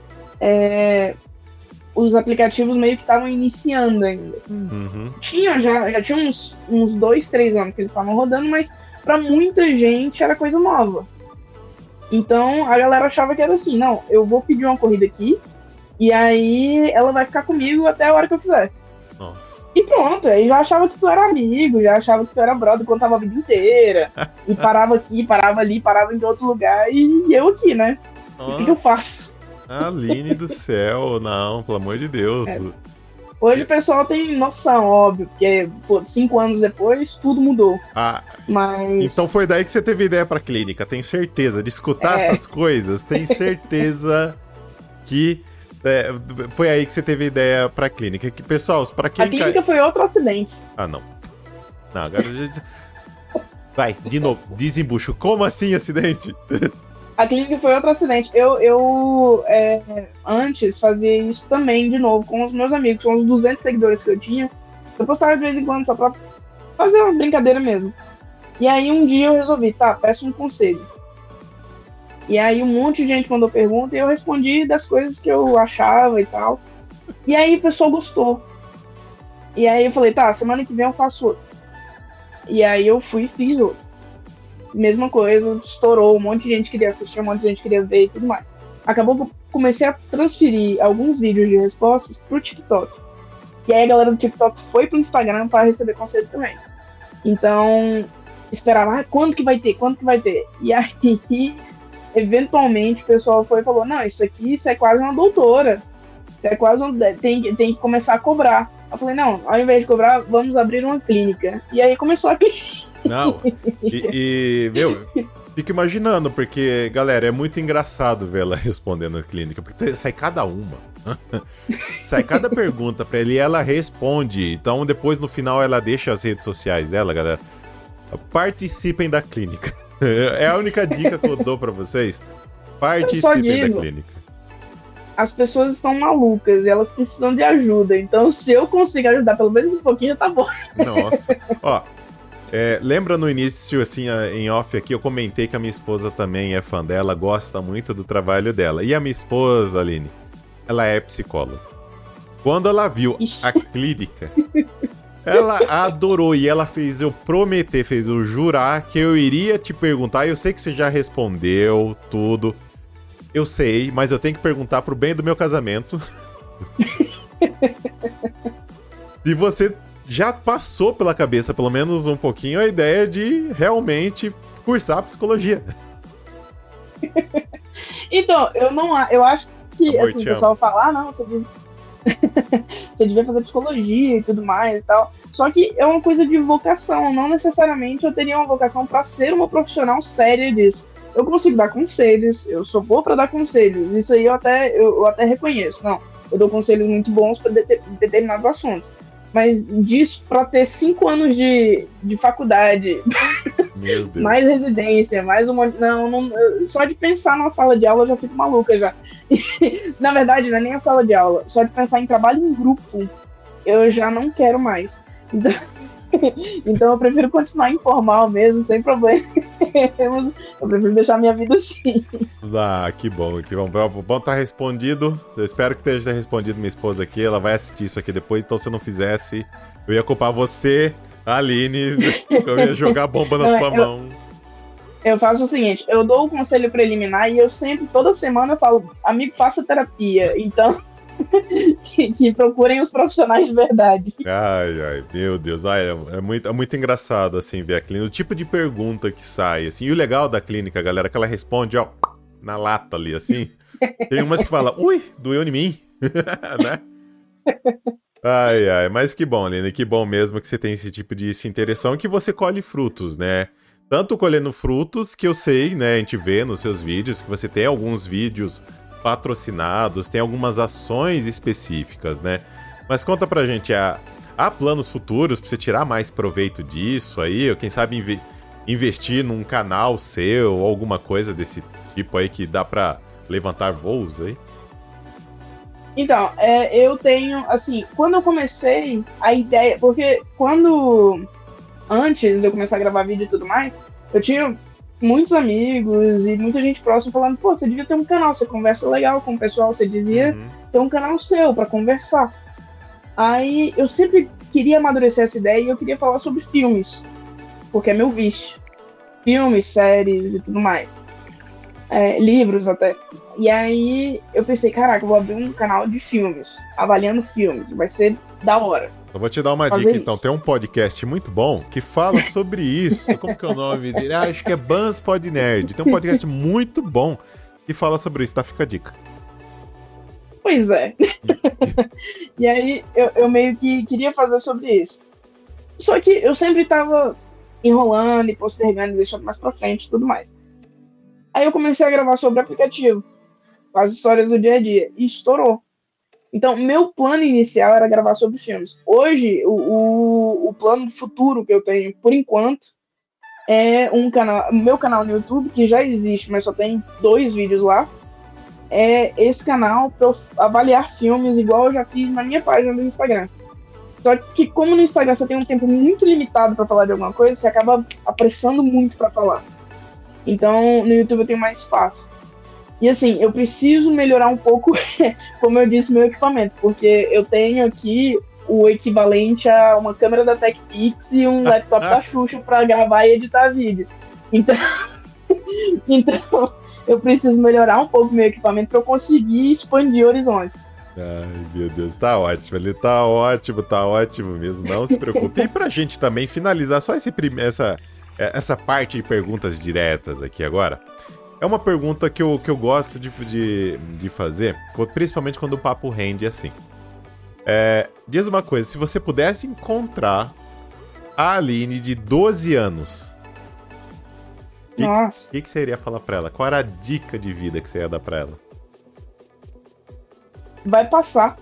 os aplicativos meio que estavam iniciando ainda. Uhum. Já tinha uns 2, 3 anos que eles estavam rodando, mas pra muita gente era coisa nova. Então a galera achava que era assim, não, eu vou pedir uma corrida aqui, e aí ela vai ficar comigo até a hora que eu quiser. Nossa. E pronto, aí já achava que tu era amigo, já achava que tu era brother, contava a vida inteira. E parava aqui, parava ali, parava em outro lugar, e eu aqui, né? O que eu faço? Aline do céu, não, pelo amor de Deus. Hoje o pessoal tem noção, óbvio, porque 5 anos depois tudo mudou. Mas... Então foi daí que você teve ideia pra clínica, tenho certeza. De escutar essas coisas, tenho certeza que... foi aí que você teve ideia pra clínica. Que, pessoal, pra quem... A clínica foi outro acidente. Não, agora... Vai, de novo, desembucho. Como assim acidente? A clínica foi outro acidente. Eu antes fazia isso também, de novo, com os meus amigos, com os 200 seguidores que eu tinha. Eu postava de vez em quando só pra fazer umas brincadeiras mesmo. E aí um dia eu resolvi, tá, peço um conselho. E aí um monte de gente mandou pergunta e eu respondi das coisas que eu achava e tal. E aí o pessoal gostou. E aí eu falei, tá, semana que vem eu faço outro. E aí eu fui e fiz outro. Mesma coisa, estourou, um monte de gente queria assistir, um monte de gente queria ver e tudo mais. Acabou que eu comecei a transferir alguns vídeos de respostas pro TikTok. E aí a galera do TikTok foi pro Instagram para receber conselho também. Então, esperava, quando que vai ter? Quando que vai ter? E aí, eventualmente, o pessoal foi e falou, não, isso é quase uma doutora. Isso é quase tem que começar a cobrar. Eu falei, não, ao invés de cobrar, vamos abrir uma clínica. E aí começou a clínica. Não, meu, fico imaginando, porque, galera, é muito engraçado ver ela respondendo na clínica, porque sai cada uma. Sai cada pergunta pra ele e ela responde. Então, depois, no final, ela deixa as redes sociais dela, galera. Participem da clínica. É a única dica que eu dou pra vocês. Participem da clínica. As pessoas estão malucas e elas precisam de ajuda. Então, se eu conseguir ajudar pelo menos um pouquinho, tá bom. Nossa. Ó, lembra no início, assim, em off aqui, eu comentei que a minha esposa também é fã dela, gosta muito do trabalho dela. E a minha esposa, Aline, ela é psicóloga. Quando ela viu a clínica, ela adorou e ela fez eu jurar que eu iria te perguntar. Eu sei que você já respondeu tudo, eu sei, mas eu tenho que perguntar pro bem do meu casamento. Se você já passou pela cabeça, pelo menos um pouquinho, a ideia de realmente cursar psicologia. Então, eu acho que assim, o pessoal fala, não, você devia fazer psicologia e tudo mais e tal. Só que é uma coisa de vocação, não necessariamente eu teria uma vocação para ser uma profissional séria disso. Eu consigo dar conselhos, eu sou boa para dar conselhos, isso aí eu até reconheço. Não, eu dou conselhos muito bons para determinados assuntos. Mas disso, para ter 5 anos de faculdade, meu Deus, mais residência, mais uma. Não, só de pensar na sala de aula eu já fico maluca já. Na verdade, não é nem a sala de aula, só de pensar em trabalho em grupo, eu já não quero mais. Então eu prefiro continuar informal mesmo, sem problema. Eu prefiro deixar minha vida assim. Ah, que bom, que bom. Bom tá respondido. Eu espero que tenha respondido minha esposa aqui. Ela vai assistir isso aqui depois, então se eu não fizesse, eu ia culpar você, a Aline. Eu ia jogar bomba na tua mão. Eu faço o seguinte, eu dou o conselho preliminar e eu sempre, toda semana, eu falo, amigo, faça terapia. Então, que procurem os profissionais de verdade. Ai, meu Deus. É muito engraçado, assim, ver a clínica. O tipo de pergunta que sai, assim. E o legal da clínica, galera, é que ela responde, ó, na lata ali, assim. Tem umas que falam, ui, doeu em mim. Né? Mas que bom, Aline, que bom mesmo que você tem esse tipo de interação e que você colhe frutos, né? Tanto colhendo frutos, que eu sei, né, a gente vê nos seus vídeos, que você tem alguns vídeos patrocinados, tem algumas ações específicas, né? Mas conta pra gente, há planos futuros pra você tirar mais proveito disso aí? Ou quem sabe investir num canal seu ou alguma coisa desse tipo aí que dá pra levantar voos aí? Então, eu tenho, assim, quando eu comecei, a ideia... Porque antes de eu começar a gravar vídeo e tudo mais, eu tinha muitos amigos e muita gente próxima falando, pô, você devia ter um canal, você conversa legal com o pessoal, você devia ter um canal seu pra conversar. Aí eu sempre queria amadurecer essa ideia e eu queria falar sobre filmes, porque é meu vício. Filmes, séries e tudo mais. Livros até. E aí eu pensei, caraca, eu vou abrir um canal de filmes, avaliando filmes, vai ser da hora. Eu vou te dar uma dica, então. Tem um podcast muito bom que fala sobre isso. Como que é o nome dele? Acho que é Bans Pod Nerd. Tem um podcast muito bom que fala sobre isso, tá? Fica a dica. Pois é. E aí eu meio que queria fazer sobre isso. Só que eu sempre tava enrolando e postergando, deixando mais pra frente e tudo mais. Aí eu comecei a gravar sobre aplicativo, as histórias do dia a dia, e estourou. Então, meu plano inicial era gravar sobre filmes. Hoje, o plano futuro que eu tenho, por enquanto, é um canal, meu canal no YouTube, que já existe, mas só tem 2 vídeos lá. É esse canal para eu avaliar filmes, igual eu já fiz na minha página do Instagram. Só que como no Instagram você tem um tempo muito limitado para falar de alguma coisa, você acaba apressando muito para falar. Então, no YouTube eu tenho mais espaço. E assim, eu preciso melhorar um pouco, como eu disse, meu equipamento, porque eu tenho aqui o equivalente a uma câmera da TechPix e um laptop da Xuxa para gravar e editar vídeo. Então, então, eu preciso melhorar um pouco meu equipamento para eu conseguir expandir horizontes. Ai, meu Deus, tá ótimo. Ele tá ótimo mesmo. Não se preocupe. E pra gente também finalizar só essa parte de perguntas diretas aqui agora. É uma pergunta que eu gosto de fazer, principalmente quando o papo rende assim. Diz uma coisa, se você pudesse encontrar a Aline de 12 anos, o que você iria falar pra ela? Qual era a dica de vida que você ia dar pra ela? Vai passar.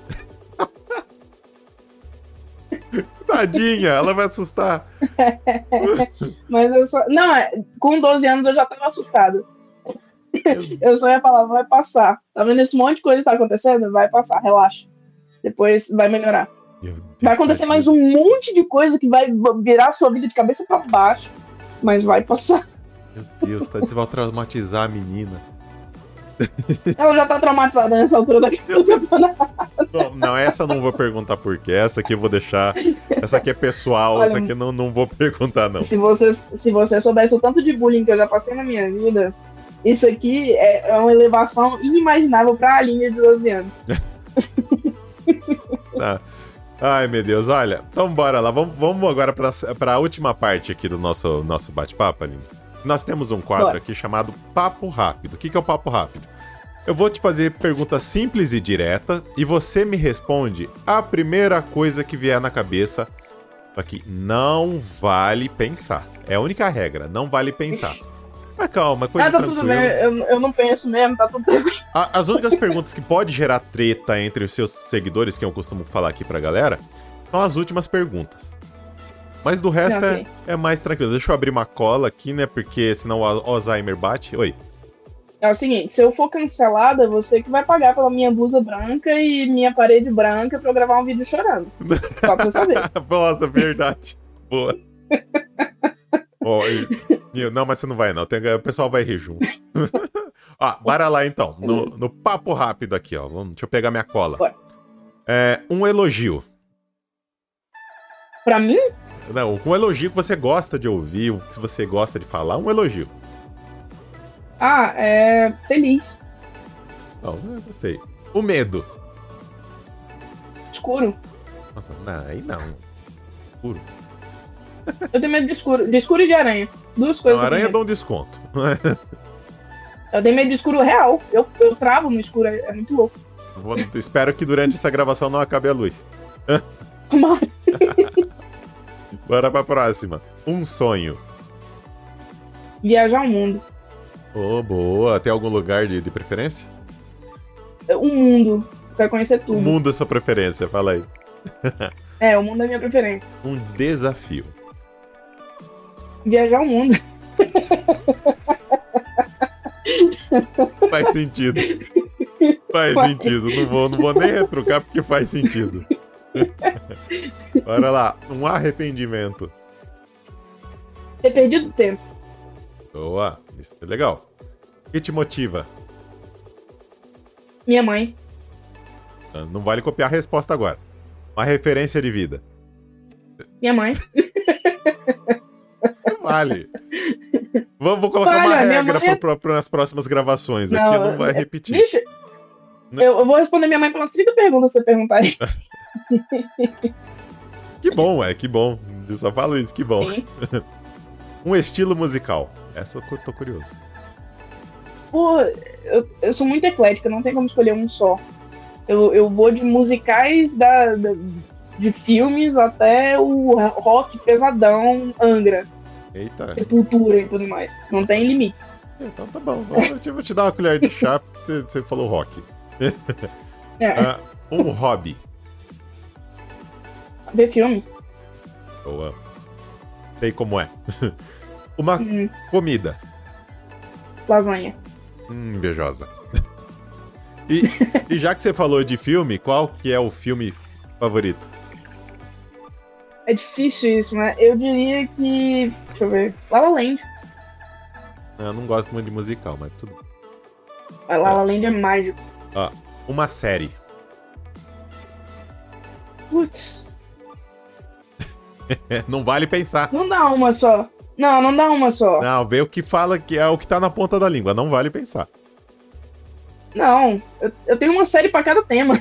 Tadinha, ela vai assustar. Mas eu só... Não, com 12 anos eu já tava assustado. Eu só ia falar, vai passar. Tá vendo esse monte de coisa que tá acontecendo? Vai passar, relaxa. Depois vai melhorar. Vai acontecer mais um monte de coisa que vai virar a sua vida de cabeça pra baixo. Mas vai passar. Meu Deus, você vai traumatizar a menina. Ela já tá traumatizada nessa altura do campeonato. Não, essa eu não vou perguntar por quê. Essa aqui eu vou deixar. Essa aqui é pessoal, olha, essa aqui eu não vou perguntar, não. Se você soubesse o tanto de bullying que eu já passei na minha vida, isso aqui é uma elevação inimaginável pra Aline de 12 anos. Tá. Ai, meu Deus, olha. Então bora lá. Vamos agora pra última parte aqui do nosso bate-papo, Aline. Nós temos um quadro aqui chamado Papo Rápido. O que é o Papo Rápido? Eu vou te fazer perguntas simples e diretas e você me responde a primeira coisa que vier na cabeça. Só que não vale pensar. É a única regra, não vale pensar. Mas calma, coisa tranquila. Tudo bem, eu não penso mesmo, tá tudo tranquilo. As únicas perguntas que pode gerar treta entre os seus seguidores, que eu costumo falar aqui pra galera, são as últimas perguntas. Mas do resto é mais tranquilo. Deixa eu abrir uma cola aqui, né? Porque senão o Alzheimer bate. Oi. É o seguinte, se eu for cancelada, você que vai pagar pela minha blusa branca e minha parede branca pra eu gravar um vídeo chorando. Só pra você saber. Nossa, verdade. Boa. Não, mas você não vai não. O pessoal vai rir junto. Bora lá então. No papo rápido aqui, ó. Deixa eu pegar minha cola. Um elogio. Pra mim? Não, um elogio que você gosta de ouvir, se você gosta de falar, um elogio. Feliz. Não, eu gostei. O medo. Escuro. Nossa, aí não. Escuro. Eu tenho medo de escuro e de aranha. Duas coisas. Não, aranha dá um desconto. Eu tenho medo de escuro real. Eu travo no escuro, é muito louco. Espero que durante essa gravação não acabe a luz. Bora pra próxima. Um sonho. Viajar o mundo. Boa. Tem algum lugar de preferência? O mundo. Quero conhecer tudo. O mundo é sua preferência, fala aí. O mundo é minha preferência. Um desafio. Viajar o mundo. Faz sentido. Faz sentido. Não vou nem retrucar porque faz sentido. Bora lá. Um arrependimento. Ter perdido tempo. Boa. Isso é legal. O que te motiva? Minha mãe. Não vale copiar a resposta agora. Uma referência de vida. Minha mãe. Vale. Vou colocar uma regra para as próximas gravações. Aqui não vai repetir. Vixe, eu vou responder minha mãe pelas 30 perguntas se você perguntar aí. Que bom, que bom. Eu só falo isso, que bom. Um estilo musical. Essa eu tô curioso. Pô, eu sou muito eclética, não tem como escolher um só. Eu vou de musicais de filmes até o rock pesadão, Angra. Eita. Sepultura e tudo mais. Não tem limites. Então tá bom. Eu vou te dar uma colher de chá porque você falou rock. Um hobby. Ver filme. Boa. Sei como é. Uma comida. Lasanha. Invejosa. E já que você falou de filme, qual que é o filme favorito? É difícil isso, né? Eu diria que... Deixa eu ver. La La Land. Eu não gosto muito de musical, mas tudo. La La Land é mágico. Ó, uma série. Putz. Não vale pensar. Não dá uma só. Não dá uma só. Não, vê o que fala que é o que tá na ponta da língua. Não vale pensar. Não, eu tenho uma série pra cada tema.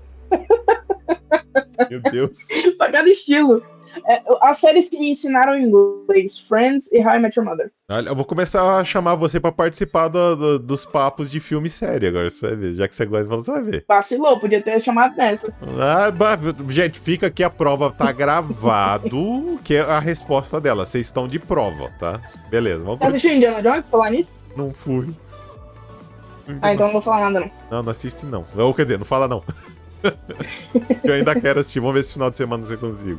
Meu Deus. Pra cada estilo. As séries que me ensinaram inglês, Friends e How I Met Your Mother. Olha, eu vou começar a chamar você pra participar dos papos de filme e série agora, você vai ver. Já que você gosta de falar, você vai ver. Vacilou, podia ter chamado nessa. Gente, fica aqui, a prova tá gravado, que é a resposta dela. Vocês estão de prova, tá? Beleza, vamos Tá assistindo Indiana Jones, falar nisso? Não fui. Então não vou falar nada, não. Não assiste não. Ou quer dizer, não fala não. Eu ainda quero assistir. Vamos ver se final de semana você consigo.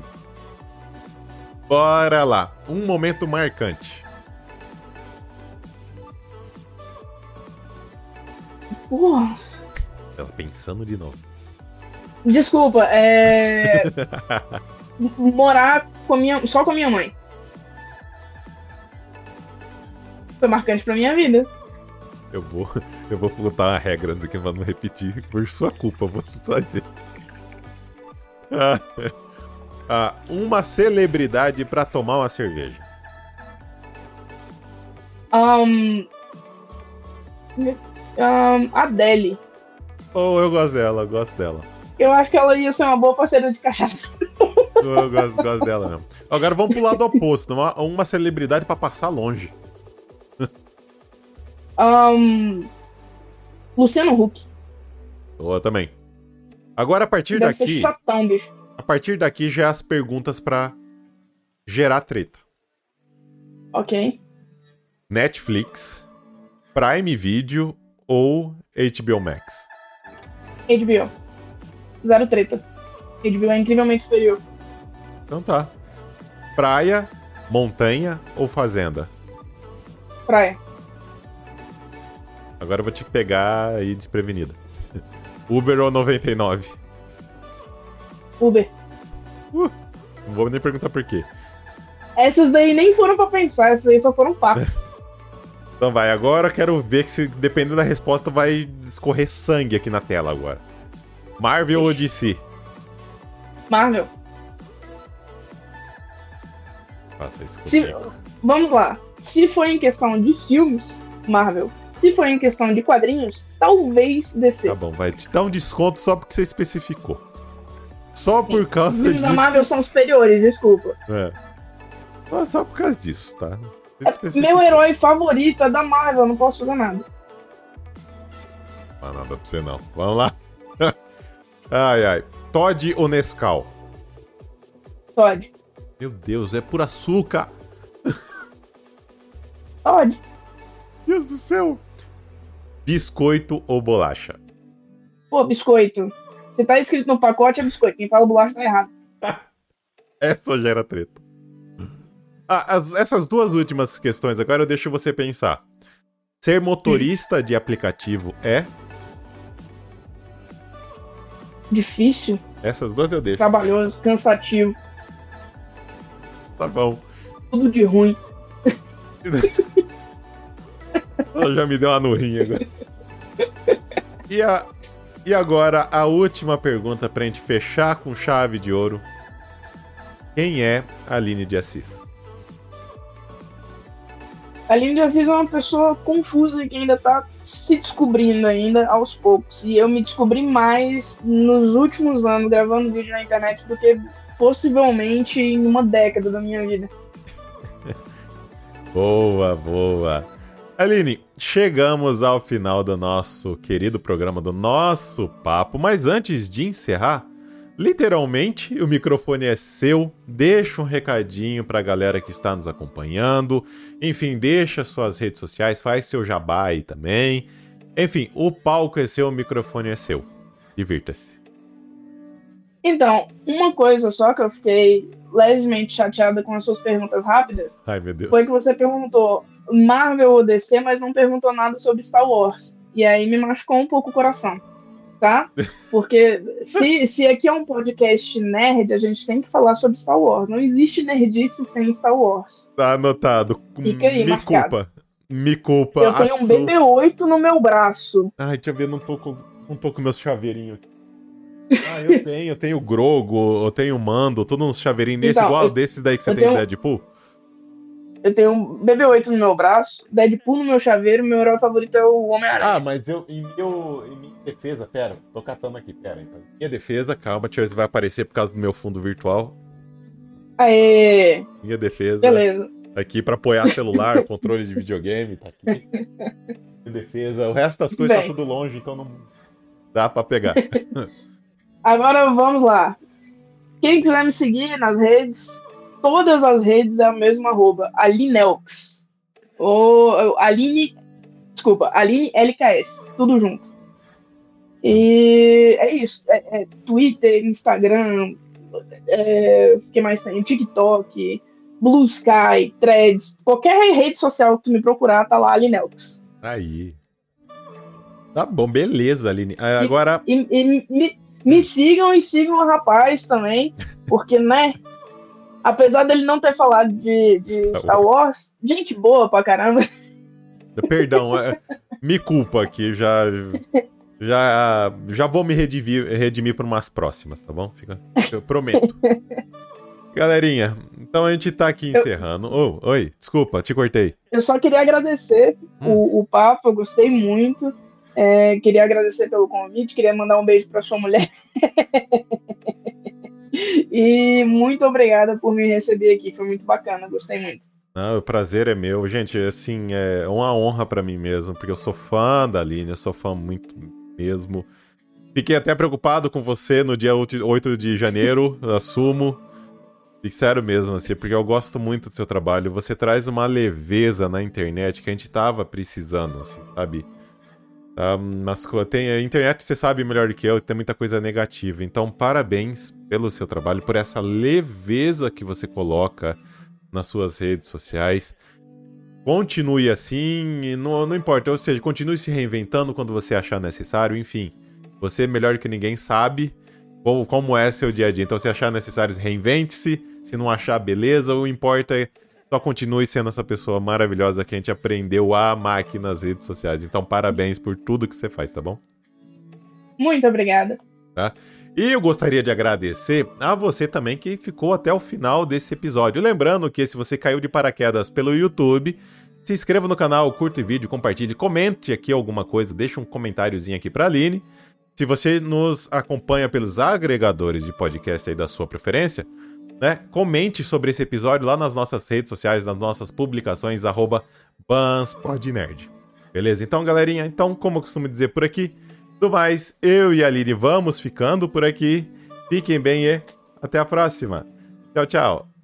Bora lá. Um momento marcante. Porra. Ela pensando de novo. Desculpa, morar só com a minha mãe. Foi marcante pra minha vida. Eu vou botar uma regra aqui pra não repetir. Por sua culpa, vou só ver. Uma celebridade pra tomar uma cerveja. Adele. Oh, eu gosto dela. Eu acho que ela ia ser uma boa parceira de cachaça. Eu gosto dela mesmo. Agora vamos pro lado oposto. Uma celebridade pra passar longe. Luciano Huck. Boa também. Agora a partir Deve daqui. ser chatão, bicho. A partir daqui já é as perguntas pra gerar treta. Ok. Netflix, Prime Video ou HBO Max? HBO. Zero treta. HBO é incrivelmente superior. Então tá. Praia, montanha ou fazenda? Praia. Agora eu vou te pegar aí desprevenida. Uber ou 99? Uber. Não vou nem perguntar por quê. Essas daí nem foram pra pensar, essas aí só foram papos. Então vai, agora eu quero ver que, se dependendo da resposta, vai escorrer sangue aqui na tela agora. Marvel ou DC? Marvel. Faça isso Vamos lá. Se for em questão de filmes, Marvel. Se for em questão de quadrinhos, talvez DC. Tá bom, vai te dar um desconto só porque você especificou. Só por causa disso. Os filmes disso. da Marvel são superiores, desculpa. Só por causa disso, tá? Meu herói favorito é da Marvel, eu não posso fazer nada. Não, nada pra você não. Vamos lá. Ai. Todd ou Nescau? Todd. Meu Deus, é por açúcar. Todd. Deus do céu. Biscoito ou bolacha? Pô, biscoito. Se tá escrito no pacote, é biscoito. Quem fala bolacha tá errado. Essa gera treta. Essas duas últimas questões agora eu deixo você pensar. Ser motorista de aplicativo é? Difícil. Essas duas eu deixo. Trabalhoso, cansativo. Tá bom. Tudo de ruim. Ela já me deu uma nurrinha agora. E agora a última pergunta pra gente fechar com chave de ouro. Quem é Aline de Assis? A Aline de Assis é uma pessoa confusa que ainda tá se descobrindo ainda aos poucos. E eu me descobri mais nos últimos anos gravando vídeo na internet do que possivelmente em uma década da minha vida. Boa. Aline, chegamos ao final do nosso querido programa, do nosso papo. Mas antes de encerrar, literalmente, o microfone é seu. Deixa um recadinho pra galera que está nos acompanhando. Enfim, deixa suas redes sociais, faz seu jabá aí também. Enfim, o palco é seu, o microfone é seu. Divirta-se. Então, uma coisa só que eu fiquei levemente chateada com as suas perguntas rápidas, Ai, meu Deus. foi que você perguntou Marvel ou DC, mas não perguntou nada sobre Star Wars. E aí me machucou um pouco o coração, tá? Porque se aqui é um podcast nerd, a gente tem que falar sobre Star Wars. Não existe nerdice sem Star Wars. Tá anotado. Fica aí, marcado. Me culpa. Eu tenho um BB-8 no meu braço. Ai, deixa eu ver, não tô com meus chaveirinhos aqui. Ah, eu tenho o Grogo, eu tenho o Mando, todos uns chaveirinhos nesse, Então, igual desses daí que você tem, Deadpool. Eu tenho um BB-8 no meu braço, Deadpool no meu chaveiro, meu herói favorito é o Homem-Aranha. Ah, mas em minha defesa, pera, tô catando aqui, pera. Então. Minha defesa, calma, deixa eu ver se vai aparecer por causa do meu fundo virtual. Aê! Minha defesa. Beleza. Aqui pra apoiar celular, controle de videogame, tá aqui. Minha defesa. O resto das coisas tá tudo longe, então não dá pra pegar. Agora vamos lá. Quem quiser me seguir nas redes, todas as redes é a mesma @, Alinelx. Ou Aline LKS, tudo junto. E é isso. Twitter, Instagram, o que mais tem? TikTok, Blue Sky, Threads, qualquer rede social que tu me procurar, tá lá, Alinelx. Aí. Tá bom, beleza, Aline. Agora... Me sigam e sigam o rapaz também, porque, né, apesar dele não ter falado de Star Wars, gente boa pra caramba. Perdão, me culpa aqui, já vou me redimir para umas próximas, tá bom? Eu prometo. Galerinha, então a gente tá aqui encerrando. Oi, desculpa, te cortei. Eu só queria agradecer o papo, eu gostei muito. Queria agradecer pelo convite, queria mandar um beijo para sua mulher. E muito obrigada por me receber aqui, foi muito bacana, gostei muito. O prazer é meu. Gente, assim, é uma honra pra mim mesmo, porque eu sou fã da Aline, eu sou fã muito mesmo. Fiquei até preocupado com você no dia 8 de janeiro, assumo. Sério mesmo, assim, porque eu gosto muito do seu trabalho. Você traz uma leveza na internet que a gente tava precisando, assim, sabe? A internet, você sabe melhor do que eu, tem muita coisa negativa. Então, parabéns pelo seu trabalho, por essa leveza que você coloca nas suas redes sociais. Continue assim, não importa, ou seja, continue se reinventando quando você achar necessário, enfim. Você, melhor que ninguém, sabe como é seu dia a dia. Então, se achar necessário, reinvente-se. Se não achar, beleza. O importa é só continue sendo essa pessoa maravilhosa que a gente aprendeu a amar aqui nas redes sociais. Então, parabéns por tudo que você faz, tá bom? Muito obrigada. Tá? E eu gostaria de agradecer a você também que ficou até o final desse episódio. Lembrando que se você caiu de paraquedas pelo YouTube, se inscreva no canal, curta o vídeo, compartilhe, comente aqui alguma coisa, deixa um comentáriozinho aqui pra Aline. Se você nos acompanha pelos agregadores de podcast aí da sua preferência, né, comente sobre esse episódio lá nas nossas redes sociais, nas nossas publicações, @BansPodNerd. Beleza? Então, galerinha, como eu costumo dizer por aqui, do mais, eu e a Aline vamos ficando por aqui. Fiquem bem e até a próxima. Tchau, tchau.